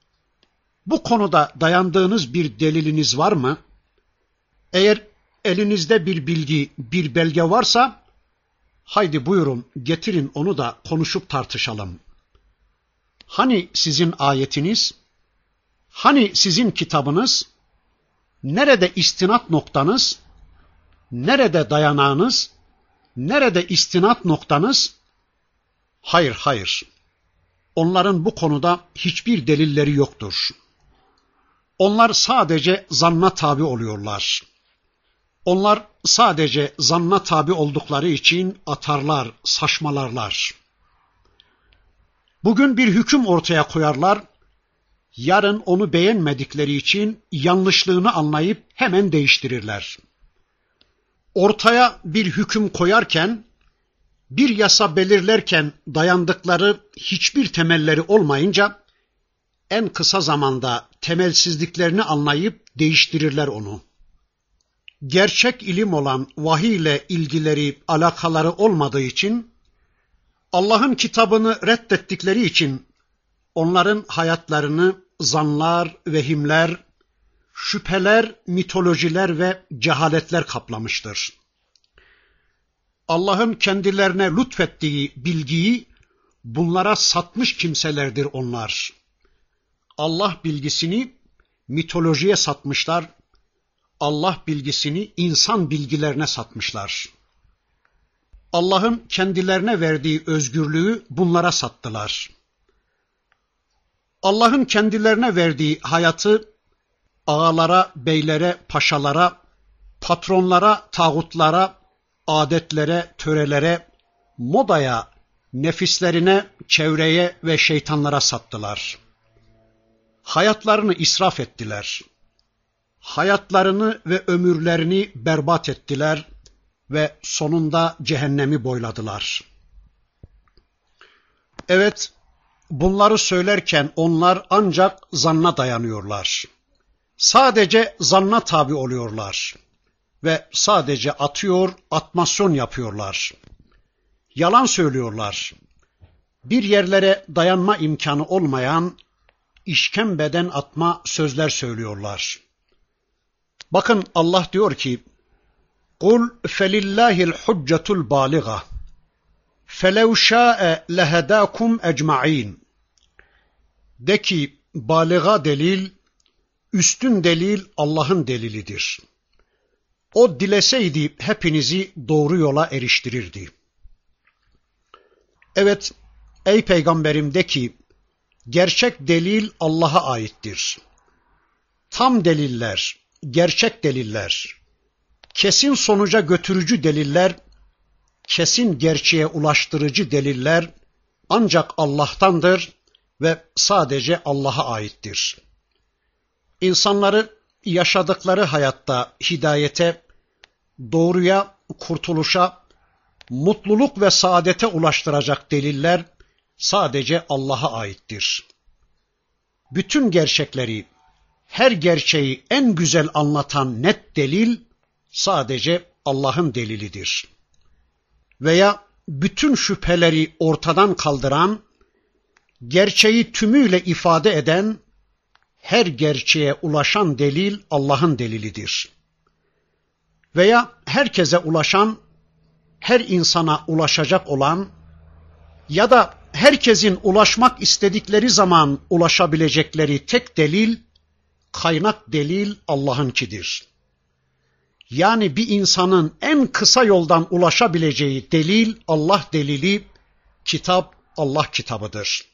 Bu konuda dayandığınız bir deliliniz var mı? Eğer elinizde bir bilgi, bir belge varsa, haydi buyurun getirin onu da konuşup tartışalım. Hani sizin ayetiniz? Hani sizin kitabınız? Nerede istinat noktanız? Nerede dayanağınız? Nerede istinat noktanız? Hayır, hayır. Onların bu konuda hiçbir delilleri yoktur. Onlar sadece zanna tabi oluyorlar. Onlar sadece zanna tabi oldukları için atarlar, saçmalarlar. Bugün bir hüküm ortaya koyarlar, yarın onu beğenmedikleri için yanlışlığını anlayıp hemen değiştirirler. Ortaya bir hüküm koyarken, bir yasa belirlerken dayandıkları hiçbir temelleri olmayınca en kısa zamanda temelsizliklerini anlayıp değiştirirler onu. gerçek ilim olan vahiy ile ilgileri, alakaları olmadığı için, Allah'ın kitabını reddettikleri için onların hayatlarını zanlar, vehimler, şüpheler, mitolojiler ve cehaletler kaplamıştır. Allah'ın kendilerine lütfettiği bilgiyi bunlara satmış kimselerdir onlar. Allah bilgisini mitolojiye satmışlar, Allah bilgisini insan bilgilerine satmışlar. Allah'ın kendilerine verdiği özgürlüğü bunlara sattılar. Allah'ın kendilerine verdiği hayatı ağalara, beylere, paşalara, patronlara, tağutlara, adetlere, törelere, modaya, nefislerine, çevreye ve şeytanlara sattılar. Hayatlarını israf ettiler. Hayatlarını ve ömürlerini berbat ettiler ve sonunda cehennemi boyladılar. Evet, bunları söylerken onlar ancak zanna dayanıyorlar. Sadece zanna tabi oluyorlar ve sadece atmasyon yapıyorlar. Yalan söylüyorlar. Bir yerlere dayanma imkanı olmayan, işkembeden atma sözler söylüyorlar. Bakın Allah diyor ki, قُلْ فَلِلَّهِ الْحُجَّةُ الْبَالِغَةُ فَلَوْ شَاءَ لَهَدَاكُمْ اَجْمَعِينَ. De ki, baliga delil, üstün delil Allah'ın delilidir. O dileseydi hepinizi doğru yola eriştirirdi. Evet, ey peygamberim de ki, gerçek delil Allah'a aittir. Tam deliller, gerçek deliller, kesin sonuca götürücü deliller, kesin gerçeğe ulaştırıcı deliller ancak Allah'tandır ve sadece Allah'a aittir. İnsanları yaşadıkları hayatta hidayete, doğruya, kurtuluşa, mutluluk ve saadete ulaştıracak deliller sadece Allah'a aittir. Bütün gerçekleri, her gerçeği en güzel anlatan net delil sadece Allah'ın delilidir. Veya bütün şüpheleri ortadan kaldıran, gerçeği tümüyle ifade eden, her gerçeğe ulaşan delil Allah'ın delilidir. Veya herkese ulaşan, her insana ulaşacak olan ya da herkesin ulaşmak istedikleri zaman ulaşabilecekleri tek delil, kaynak delil Allah'ınkidir. Yani bir insanın en kısa yoldan ulaşabileceği delil Allah delili, kitap Allah kitabıdır.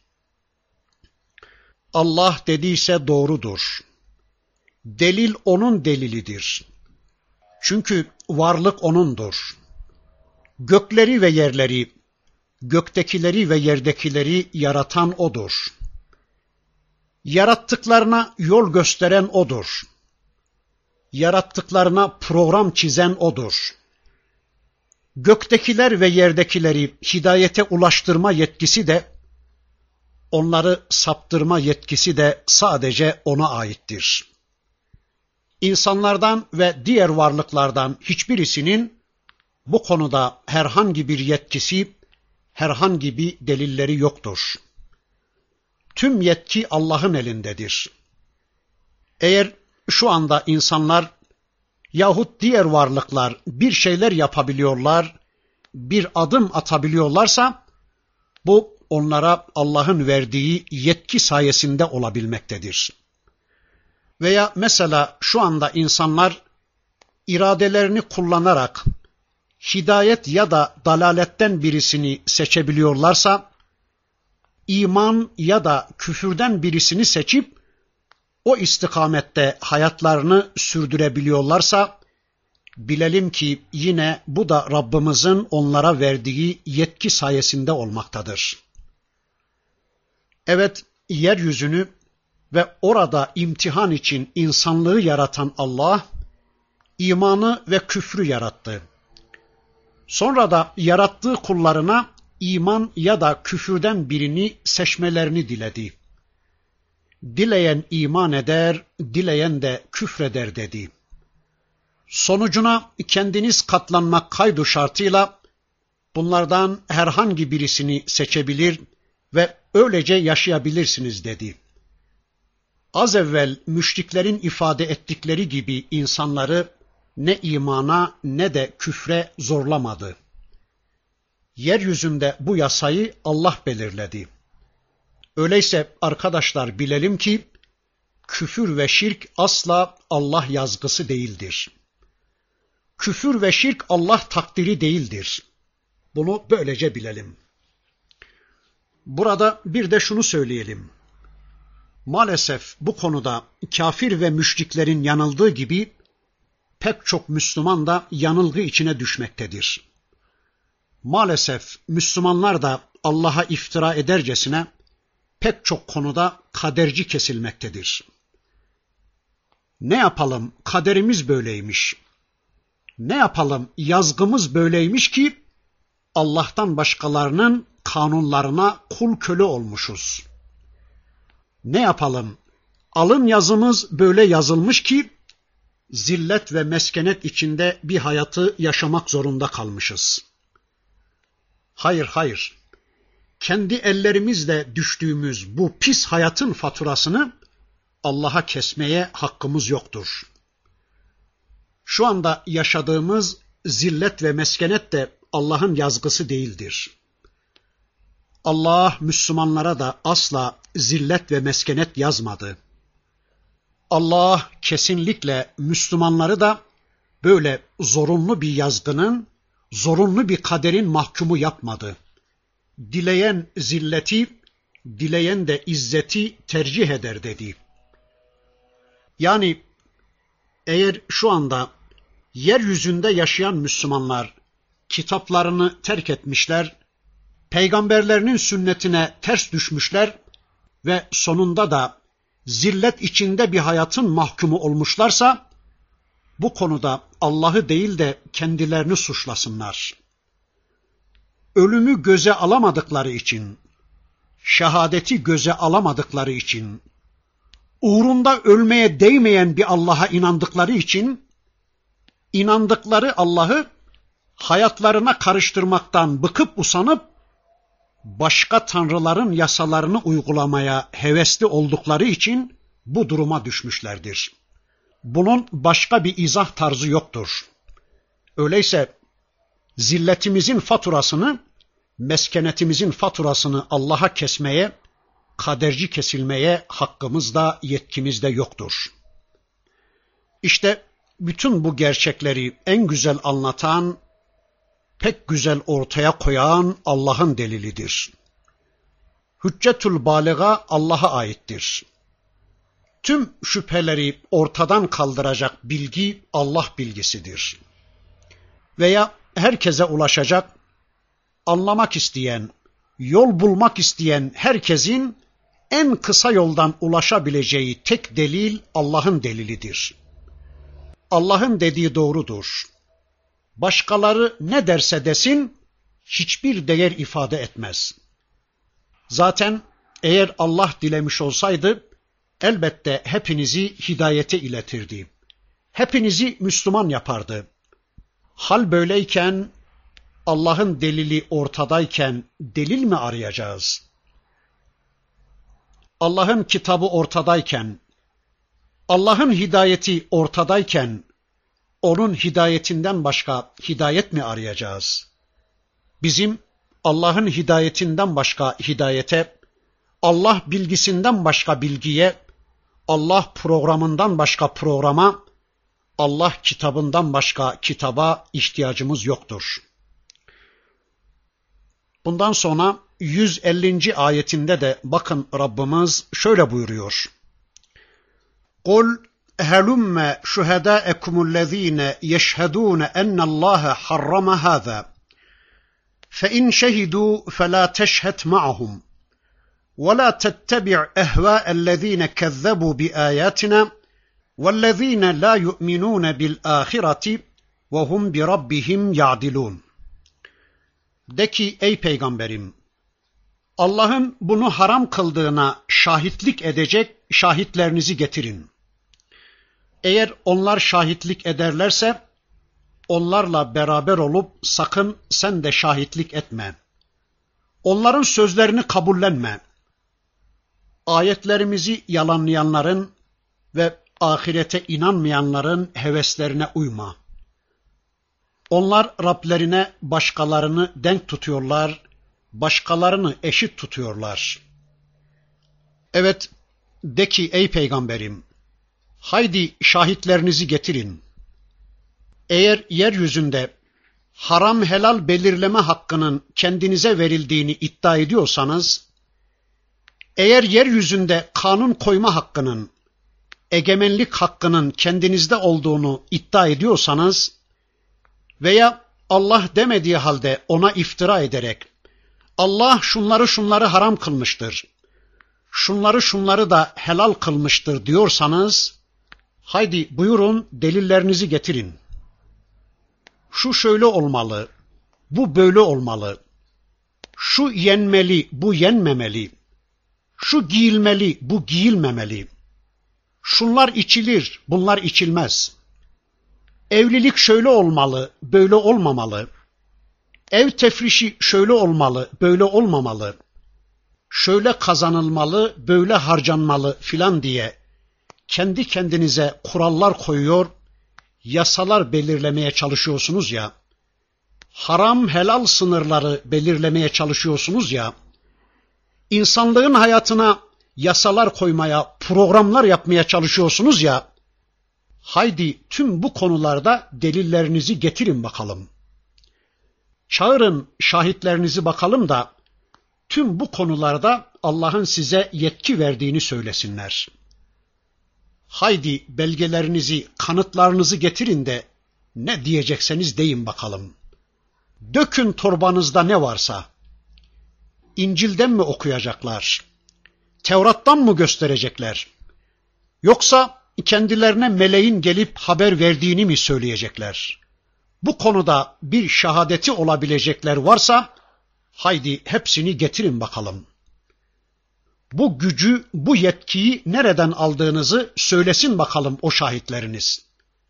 Allah dediyse doğrudur. Delil onun delilidir. Çünkü varlık O'nundur. Gökleri ve yerleri, göktekileri ve yerdekileri yaratan O'dur. Yarattıklarına yol gösteren O'dur. Yarattıklarına program çizen O'dur. Göktekiler ve yerdekileri hidayete ulaştırma yetkisi de, onları saptırma yetkisi de sadece O'na aittir. İnsanlardan ve diğer varlıklardan hiçbirisinin bu konuda herhangi bir yetkisi, herhangi bir delilleri yoktur. Tüm yetki Allah'ın elindedir. Eğer şu anda insanlar yahut diğer varlıklar bir şeyler yapabiliyorlar, bir adım atabiliyorlarsa, bu onlara Allah'ın verdiği yetki sayesinde olabilmektedir. Veya mesela şu anda insanlar iradelerini kullanarak hidayet ya da dalaletten birisini seçebiliyorlarsa, iman ya da küfürden birisini seçip o istikamette hayatlarını sürdürebiliyorlarsa, bilelim ki yine bu da Rabbimizin onlara verdiği yetki sayesinde olmaktadır. Evet, yeryüzünü ve orada imtihan için insanlığı yaratan Allah, imanı ve küfrü yarattı. Sonra da yarattığı kullarına iman ya da küfürden birini seçmelerini diledi. Dileyen iman eder, dileyen de küfreder dedi. Sonucuna kendiniz katlanmak kaydu şartıyla bunlardan herhangi birisini seçebilir ve öylece yaşayabilirsiniz dedi. Az evvel müşriklerin ifade ettikleri gibi insanları ne imana ne de küfre zorlamadı. Yeryüzünde bu yasayı Allah belirledi. Öyleyse arkadaşlar bilelim ki küfür ve şirk asla Allah yazgısı değildir. Küfür ve şirk Allah takdiri değildir. Bunu böylece bilelim. Burada bir de şunu söyleyelim. Maalesef bu konuda kafir ve müşriklerin yanıldığı gibi pek çok Müslüman da yanılgı içine düşmektedir. Maalesef Müslümanlar da Allah'a iftira edercesine pek çok konuda kaderci kesilmektedir. Ne yapalım, kaderimiz böyleymiş. Ne yapalım, yazgımız böyleymiş ki Allah'tan başkalarının kanunlarına kul köle olmuşuz. Ne yapalım, alın yazımız böyle yazılmış ki zillet ve meskenet içinde bir hayatı yaşamak zorunda kalmışız. Hayır, hayır. Kendi ellerimizle düştüğümüz bu pis hayatın faturasını Allah'a kesmeye hakkımız yoktur. Şu anda yaşadığımız zillet ve meskenet de Allah'ın yazgısı değildir. Allah Müslümanlara da asla zillet ve meskenet yazmadı. Allah kesinlikle Müslümanları da böyle zorunlu bir yazgının, zorunlu bir kaderin mahkumu yapmadı. Dileyen zilleti, dileyen de izzeti tercih eder dedi. Yani eğer şu anda yeryüzünde yaşayan Müslümanlar kitaplarını terk etmişler, peygamberlerinin sünnetine ters düşmüşler ve sonunda da zillet içinde bir hayatın mahkumu olmuşlarsa, bu konuda Allah'ı değil de kendilerini suçlasınlar. Ölümü göze alamadıkları için, şehadeti göze alamadıkları için, uğrunda ölmeye değmeyen bir Allah'a inandıkları için, inandıkları Allah'ı hayatlarına karıştırmaktan bıkıp usanıp, başka tanrıların yasalarını uygulamaya hevesli oldukları için bu duruma düşmüşlerdir. Bunun başka bir izah tarzı yoktur. Öyleyse zilletimizin faturasını, meskenetimizin faturasını Allah'a kesmeye, kaderci kesilmeye hakkımız da yetkimiz de yoktur. İşte bütün bu gerçekleri en güzel anlatan, pek güzel ortaya koyan Allah'ın delilidir. Hüccetül bâliga Allah'a aittir. Tüm şüpheleri ortadan kaldıracak bilgi Allah bilgisidir. Veya herkese ulaşacak, anlamak isteyen, yol bulmak isteyen herkesin en kısa yoldan ulaşabileceği tek delil Allah'ın delilidir. Allah'ın dediği doğrudur. Başkaları ne derse desin, hiçbir değer ifade etmez. Zaten eğer Allah dilemiş olsaydı, elbette hepinizi hidayete iletirdi. Hepinizi Müslüman yapardı. Hal böyleyken, Allah'ın delili ortadayken delil mi arayacağız? Allah'ın kitabı ortadayken, Allah'ın hidayeti ortadayken, onun hidayetinden başka hidayet mi arayacağız? Bizim Allah'ın hidayetinden başka hidayete, Allah bilgisinden başka bilgiye, Allah programından başka programa, Allah kitabından başka kitaba ihtiyacımız yoktur. Bundan sonra 150. ayetinde de bakın Rabbimiz şöyle buyuruyor. قُلْ هَلُمَّ شُهَدَاءَكُمُ الَّذ۪ينَ يَشْهَدُونَ اَنَّ اللّٰهَ حَرَّمَ هَذَا فَاِنْ شَهِدُوا فَلَا تَشْهَدْ مَعَهُمْ وَلَا تَتَّبِعْ اَهْوَاءَ الَّذ۪ينَ كَذَّبُوا بِآيَاتِنَا وَالَّذ۪ينَ لَا يُؤْمِنُونَ بِالْآخِرَةِ وَهُمْ بِرَبِّهِمْ يَعْدِلُونَ. De ki ey peygamberim, Allah'ın bunu haram kıldığına şahitlik edecek şahitlerinizi getirin. Eğer onlar şahitlik ederlerse onlarla beraber olup sakın sen de şahitlik etme. Onların sözlerini kabullenme. Ayetlerimizi yalanlayanların ve ahirete inanmayanların heveslerine uyma. Onlar Rablerine başkalarını denk tutuyorlar, başkalarını eşit tutuyorlar. Evet, de ki ey peygamberim, haydi şahitlerinizi getirin. Eğer yeryüzünde haram helal belirleme hakkının kendinize verildiğini iddia ediyorsanız, eğer yeryüzünde kanun koyma hakkının, egemenlik hakkının kendinizde olduğunu iddia ediyorsanız veya Allah demediği halde ona iftira ederek Allah şunları haram kılmıştır, şunları da helal kılmıştır diyorsanız, haydi buyurun delillerinizi getirin. Şu şöyle olmalı, bu böyle olmalı, şu yenmeli, bu yenmemeli, şu giyilmeli, bu giyilmemeli, şunlar içilir, bunlar içilmez. Evlilik şöyle olmalı, böyle olmamalı. Ev tefrişi şöyle olmalı, böyle olmamalı. Şöyle kazanılmalı, böyle harcanmalı filan diye kendi kendinize kurallar koyuyor, yasalar belirlemeye çalışıyorsunuz ya, haram helal sınırları belirlemeye çalışıyorsunuz ya, insanlığın hayatına yasalar koymaya, programlar yapmaya çalışıyorsunuz ya, haydi tüm bu konularda delillerinizi getirin bakalım. Çağırın şahitlerinizi bakalım da tüm bu konularda Allah'ın size yetki verdiğini söylesinler. Haydi belgelerinizi, kanıtlarınızı getirin de ne diyecekseniz deyin bakalım. Dökün torbanızda ne varsa. İncil'den mi okuyacaklar? Tevrat'tan mı gösterecekler? Yoksa kendilerine meleğin gelip haber verdiğini mi söyleyecekler? Bu konuda bir şahadeti olabilecekler varsa, haydi hepsini getirin bakalım. Bu gücü, bu yetkiyi nereden aldığınızı söylesin bakalım o şahitleriniz.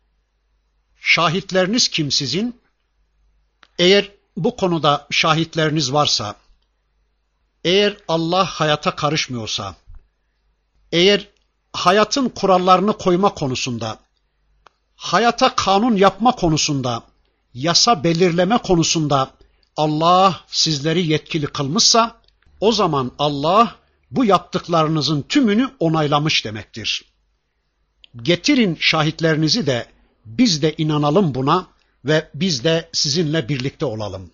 Şahitleriniz kim sizin? Eğer bu konuda şahitleriniz varsa, eğer Allah hayata karışmıyorsa, eğer hayatın kurallarını koyma konusunda, hayata kanun yapma konusunda, yasa belirleme konusunda Allah sizleri yetkili kılmışsa, o zaman Allah bu yaptıklarınızın tümünü onaylamış demektir. Getirin şahitlerinizi de biz de inanalım buna ve biz de sizinle birlikte olalım.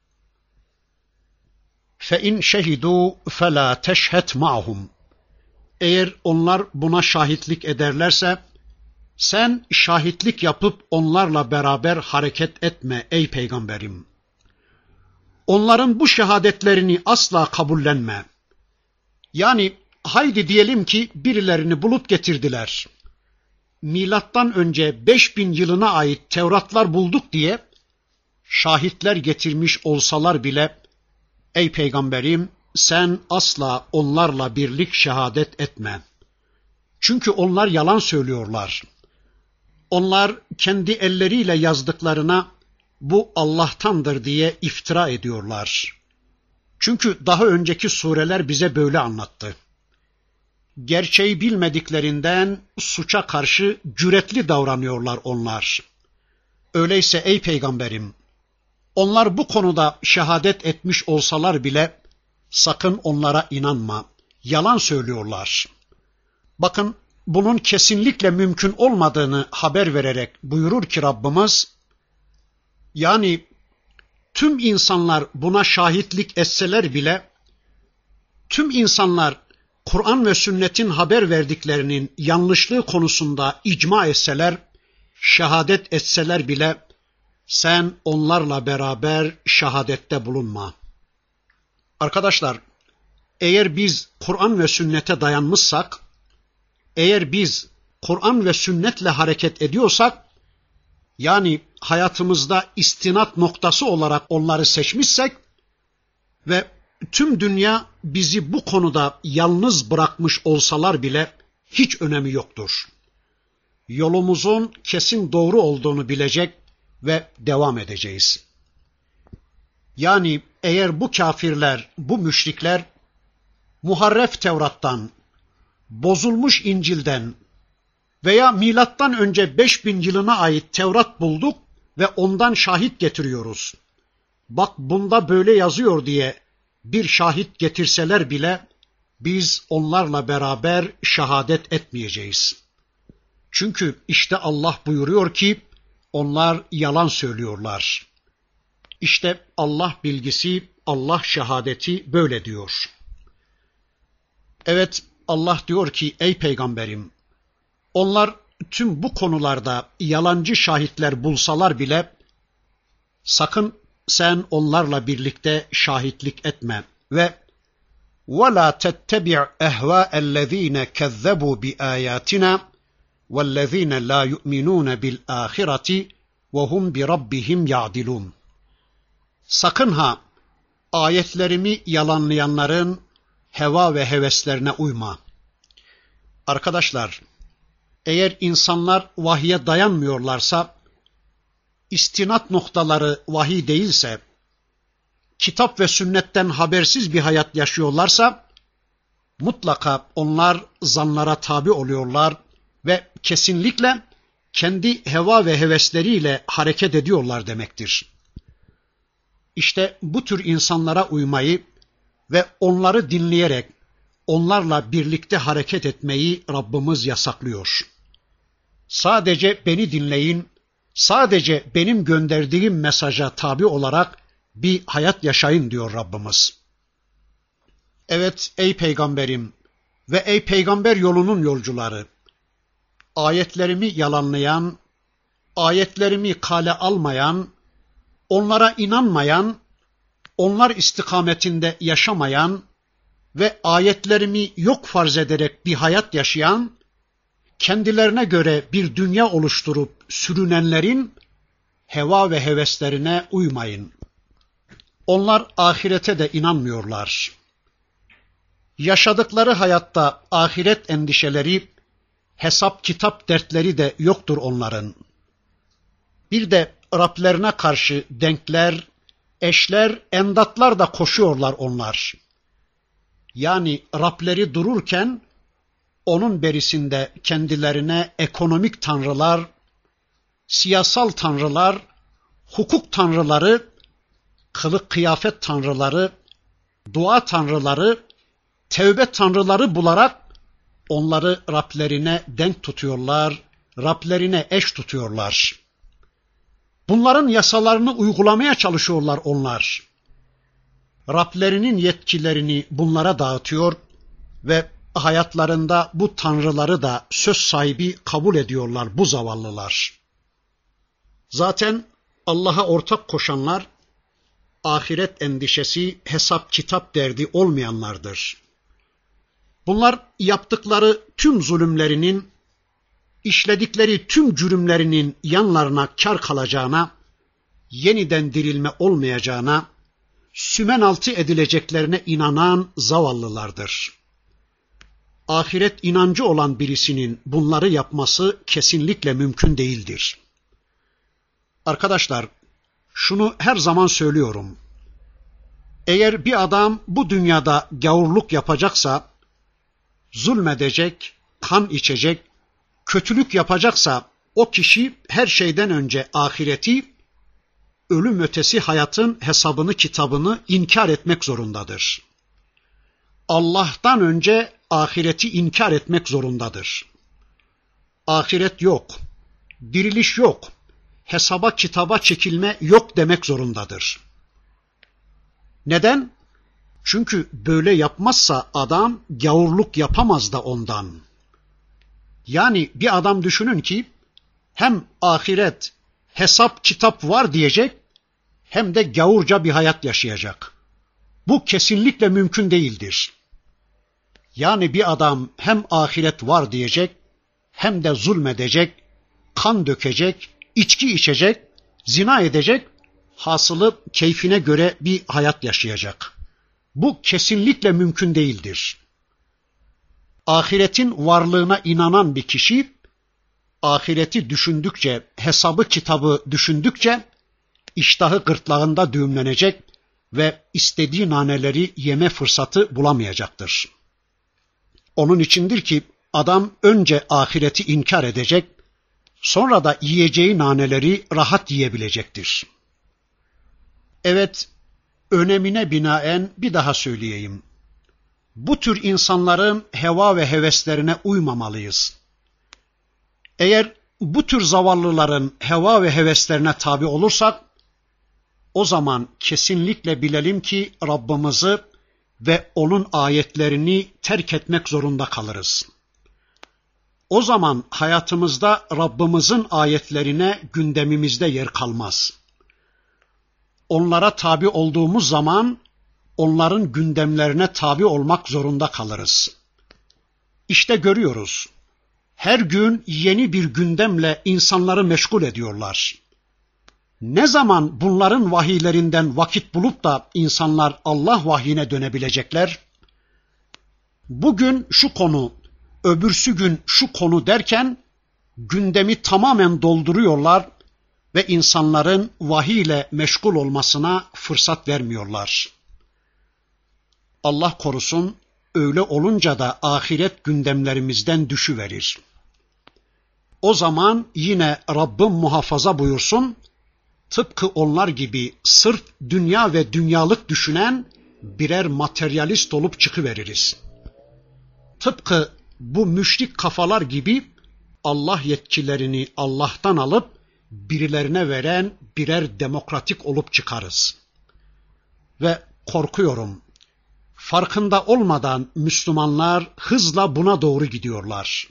فَاِنْ شَهِدُوا فَلَا تَشْهَدْ مَعْهُمْ. Eğer onlar buna şahitlik ederlerse, sen şahitlik yapıp onlarla beraber hareket etme ey peygamberim. Onların bu şehadetlerini asla kabullenme. Yani haydi diyelim ki birilerini bulup getirdiler. Milattan önce 5000 yılına ait Tevratlar bulduk diye şahitler getirmiş olsalar bile, ey peygamberim sen asla onlarla birlik şehadet etme. Çünkü onlar yalan söylüyorlar. Onlar kendi elleriyle yazdıklarına bu Allah'tandır diye iftira ediyorlar. Çünkü daha önceki sureler bize böyle anlattı. Gerçeği bilmediklerinden suça karşı cüretli davranıyorlar onlar. Öyleyse ey peygamberim, onlar bu konuda şehadet etmiş olsalar bile sakın onlara inanma. Yalan söylüyorlar. Bakın bunun kesinlikle mümkün olmadığını haber vererek buyurur ki Rabbimiz, yani tüm insanlar buna şahitlik etseler bile, tüm insanlar Kur'an ve sünnetin haber verdiklerinin yanlışlığı konusunda icma etseler, şehadet etseler bile, sen onlarla beraber şehadette bulunma. Arkadaşlar, eğer biz Kur'an ve sünnete dayanmışsak, eğer biz Kur'an ve sünnetle hareket ediyorsak, yani hayatımızda istinat noktası olarak onları seçmişsek ve tüm dünya bizi bu konuda yalnız bırakmış olsalar bile hiç önemi yoktur. yolumuzun kesin doğru olduğunu bilecek ve devam edeceğiz. Yani eğer bu kafirler, bu müşrikler muharref Tevrat'tan, bozulmuş İncil'den veya milattan önce 5000 yılına ait Tevrat bulduk ve ondan şahit getiriyoruz. Bak bunda böyle yazıyor diye bir şahit getirseler bile biz onlarla beraber şehadet etmeyeceğiz. Çünkü işte Allah buyuruyor ki onlar yalan söylüyorlar. İşte Allah bilgisi, Allah şehadeti böyle diyor. Evet, Allah diyor ki ey peygamberim, onlar tüm bu konularda yalancı şahitler bulsalar bile sakın sen onlarla birlikte şahitlik etme ve وَلَا تَتَّبِعْ اَهْوَاءَ الَّذ۪ينَ كَذَّبُوا بِآيَاتِنَا وَالَّذ۪ينَ لَا يُؤْمِنُونَ بِالْآخِرَةِ وَهُمْ بِرَبِّهِمْ يَعْدِلُونَ. Sakın ha ayetlerimi yalanlayanların heva ve heveslerine uyma. Arkadaşlar, eğer insanlar vahye dayanmıyorlarsa, istinat noktaları vahiy değilse, kitap ve sünnetten habersiz bir hayat yaşıyorlarsa, mutlaka onlar zanlara tabi oluyorlar ve kesinlikle kendi heva ve hevesleriyle hareket ediyorlar demektir. İşte bu tür insanlara uymayı ve onları dinleyerek onlarla birlikte hareket etmeyi Rabbimiz yasaklıyor. Sadece beni dinleyin, sadece benim gönderdiğim mesaja tabi olarak bir hayat yaşayın diyor Rabbimiz. Evet ey peygamberim ve ey peygamber yolunun yolcuları, ayetlerimi yalanlayan, ayetlerimi kale almayan, onlara inanmayan, onlar istikametinde yaşamayan ve ayetlerimi yok farz ederek bir hayat yaşayan, kendilerine göre bir dünya oluşturup sürünenlerin heva ve heveslerine uymayın. Onlar ahirete de inanmıyorlar. Yaşadıkları hayatta ahiret endişeleri, hesap kitap dertleri de yoktur onların. Bir de Rablerine karşı denkler, eşler, endatlar da koşuyorlar onlar. Yani Rableri dururken onun berisinde kendilerine ekonomik tanrılar, siyasal tanrılar, hukuk tanrıları, kılık kıyafet tanrıları, dua tanrıları, tevbe tanrıları bularak onları Rablerine denk tutuyorlar, Rablerine eş tutuyorlar. Bunların yasalarını uygulamaya çalışıyorlar onlar. Rablerinin yetkilerini bunlara dağıtıyor ve hayatlarında bu tanrıları da söz sahibi kabul ediyorlar bu zavallılar. Zaten Allah'a ortak koşanlar, ahiret endişesi, hesap kitap derdi olmayanlardır. Bunlar yaptıkları tüm zulümlerinin, işledikleri tüm cürümlerinin yanlarına kar kalacağına, yeniden dirilme olmayacağına, sümen altı edileceklerine inanan zavallılardır. Ahiret inancı olan birisinin bunları yapması kesinlikle mümkün değildir. Arkadaşlar, şunu her zaman söylüyorum. Eğer bir adam bu dünyada gavurluk yapacaksa, zulmedecek, kan içecek, kötülük yapacaksa o kişi her şeyden önce ahireti, ölüm ötesi hayatın hesabını kitabını inkar etmek zorundadır. Allah'tan önce ahireti inkar etmek zorundadır. Ahiret yok, diriliş yok, hesaba kitaba çekilme yok demek zorundadır. Neden? Çünkü böyle yapmazsa adam gavurluk yapamaz da ondan. Yani bir adam düşünün ki hem ahiret, hesap kitap var diyecek hem de gavurca bir hayat yaşayacak. Bu kesinlikle mümkün değildir. Yani bir adam hem ahiret var diyecek hem de zulmedecek, kan dökecek, içki içecek, zina edecek, hasılı keyfine göre bir hayat yaşayacak. Bu kesinlikle mümkün değildir. Ahiretin varlığına inanan bir kişi ahireti düşündükçe, hesabı kitabı düşündükçe iştahı gırtlağında düğümlenecek ve istediği naneleri yeme fırsatı bulamayacaktır. Onun içindir ki adam önce ahireti inkar edecek, sonra da yiyeceği naneleri rahat yiyebilecektir. Evet, önemine binaen bir daha söyleyeyim. Bu tür insanların heva ve heveslerine uymamalıyız. Eğer bu tür zavallıların heva ve heveslerine tabi olursak, o zaman kesinlikle bilelim ki Rabbimizi ve onun ayetlerini terk etmek zorunda kalırız. O zaman hayatımızda Rabbimizin ayetlerine gündemimizde yer kalmaz. Onlara tabi olduğumuz zaman onların gündemlerine tabi olmak zorunda kalırız. İşte görüyoruz. Her gün yeni bir gündemle insanları meşgul ediyorlar. Ne zaman bunların vahiylerinden vakit bulup da insanlar Allah vahyine dönebilecekler? Bugün şu konu, öbürsü gün şu konu derken gündemi tamamen dolduruyorlar ve insanların vahiyle meşgul olmasına fırsat vermiyorlar. Allah korusun, öyle olunca da ahiret gündemlerimizden düşüverir. O zaman yine Rabbim muhafaza buyursun, tıpkı onlar gibi sırf dünya ve dünyalık düşünen birer materyalist olup çıkıveririz. Tıpkı bu müşrik kafalar gibi Allah yetkilerini Allah'tan alıp birilerine veren birer demokratik olup çıkarız. Ve korkuyorum, farkında olmadan Müslümanlar hızla buna doğru gidiyorlar.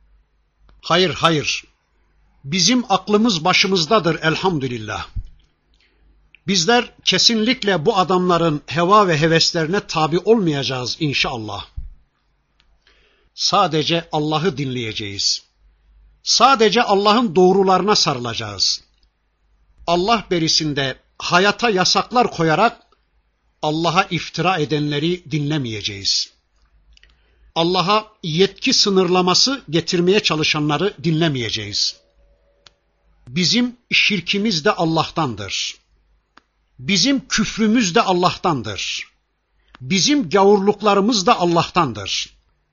Hayır, bizim aklımız başımızdadır elhamdülillah. Bizler kesinlikle bu adamların heva ve heveslerine tabi olmayacağız inşallah. Sadece Allah'ı dinleyeceğiz. Sadece Allah'ın doğrularına sarılacağız. Allah berisinde hayata yasaklar koyarak Allah'a iftira edenleri dinlemeyeceğiz. Allah'a yetki sınırlaması getirmeye çalışanları dinlemeyeceğiz. Bizim şirkimiz de Allah'tandır. Bizim küfrümüz de Allah'tandır. Bizim gavurluklarımız da Allah'tandır.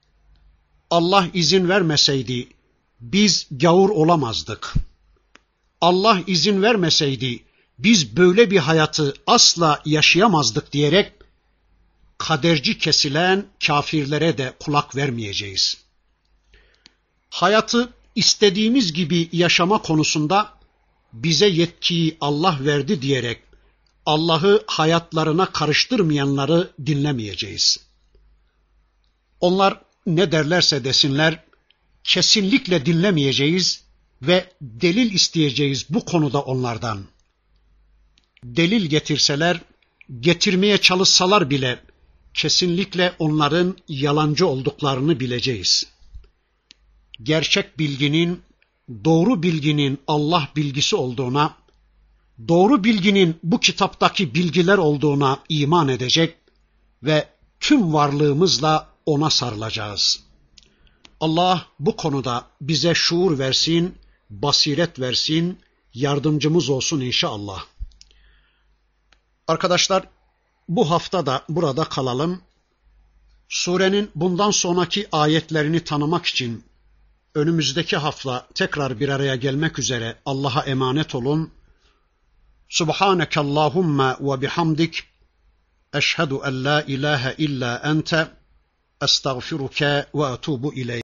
Allah izin vermeseydi biz gavur olamazdık. Allah izin vermeseydi biz böyle bir hayatı asla yaşayamazdık diyerek kaderci kesilen kafirlere de kulak vermeyeceğiz. Hayatı istediğimiz gibi yaşama konusunda bize yetkiyi Allah verdi diyerek Allah'ı hayatlarına karıştırmayanları dinlemeyeceğiz. Onlar ne derlerse desinler kesinlikle dinlemeyeceğiz ve delil isteyeceğiz bu konuda onlardan. Delil getirseler, getirmeye çalışsalar bile kesinlikle onların yalancı olduklarını bileceğiz. Gerçek bilginin, doğru bilginin Allah bilgisi olduğuna, doğru bilginin bu kitaptaki bilgiler olduğuna iman edecek ve tüm varlığımızla ona sarılacağız. Allah bu konuda bize şuur versin, basiret versin, yardımcımız olsun inşallah. Arkadaşlar, bu hafta da burada kalalım. Surenin bundan sonraki ayetlerini tanımak için önümüzdeki hafta tekrar bir araya gelmek üzere Allah'a emanet olun. Subhaneke Allahumma ve bihamdik. Eşhedü en la ilahe illa ente. Estağfiruke ve etubu ileyk.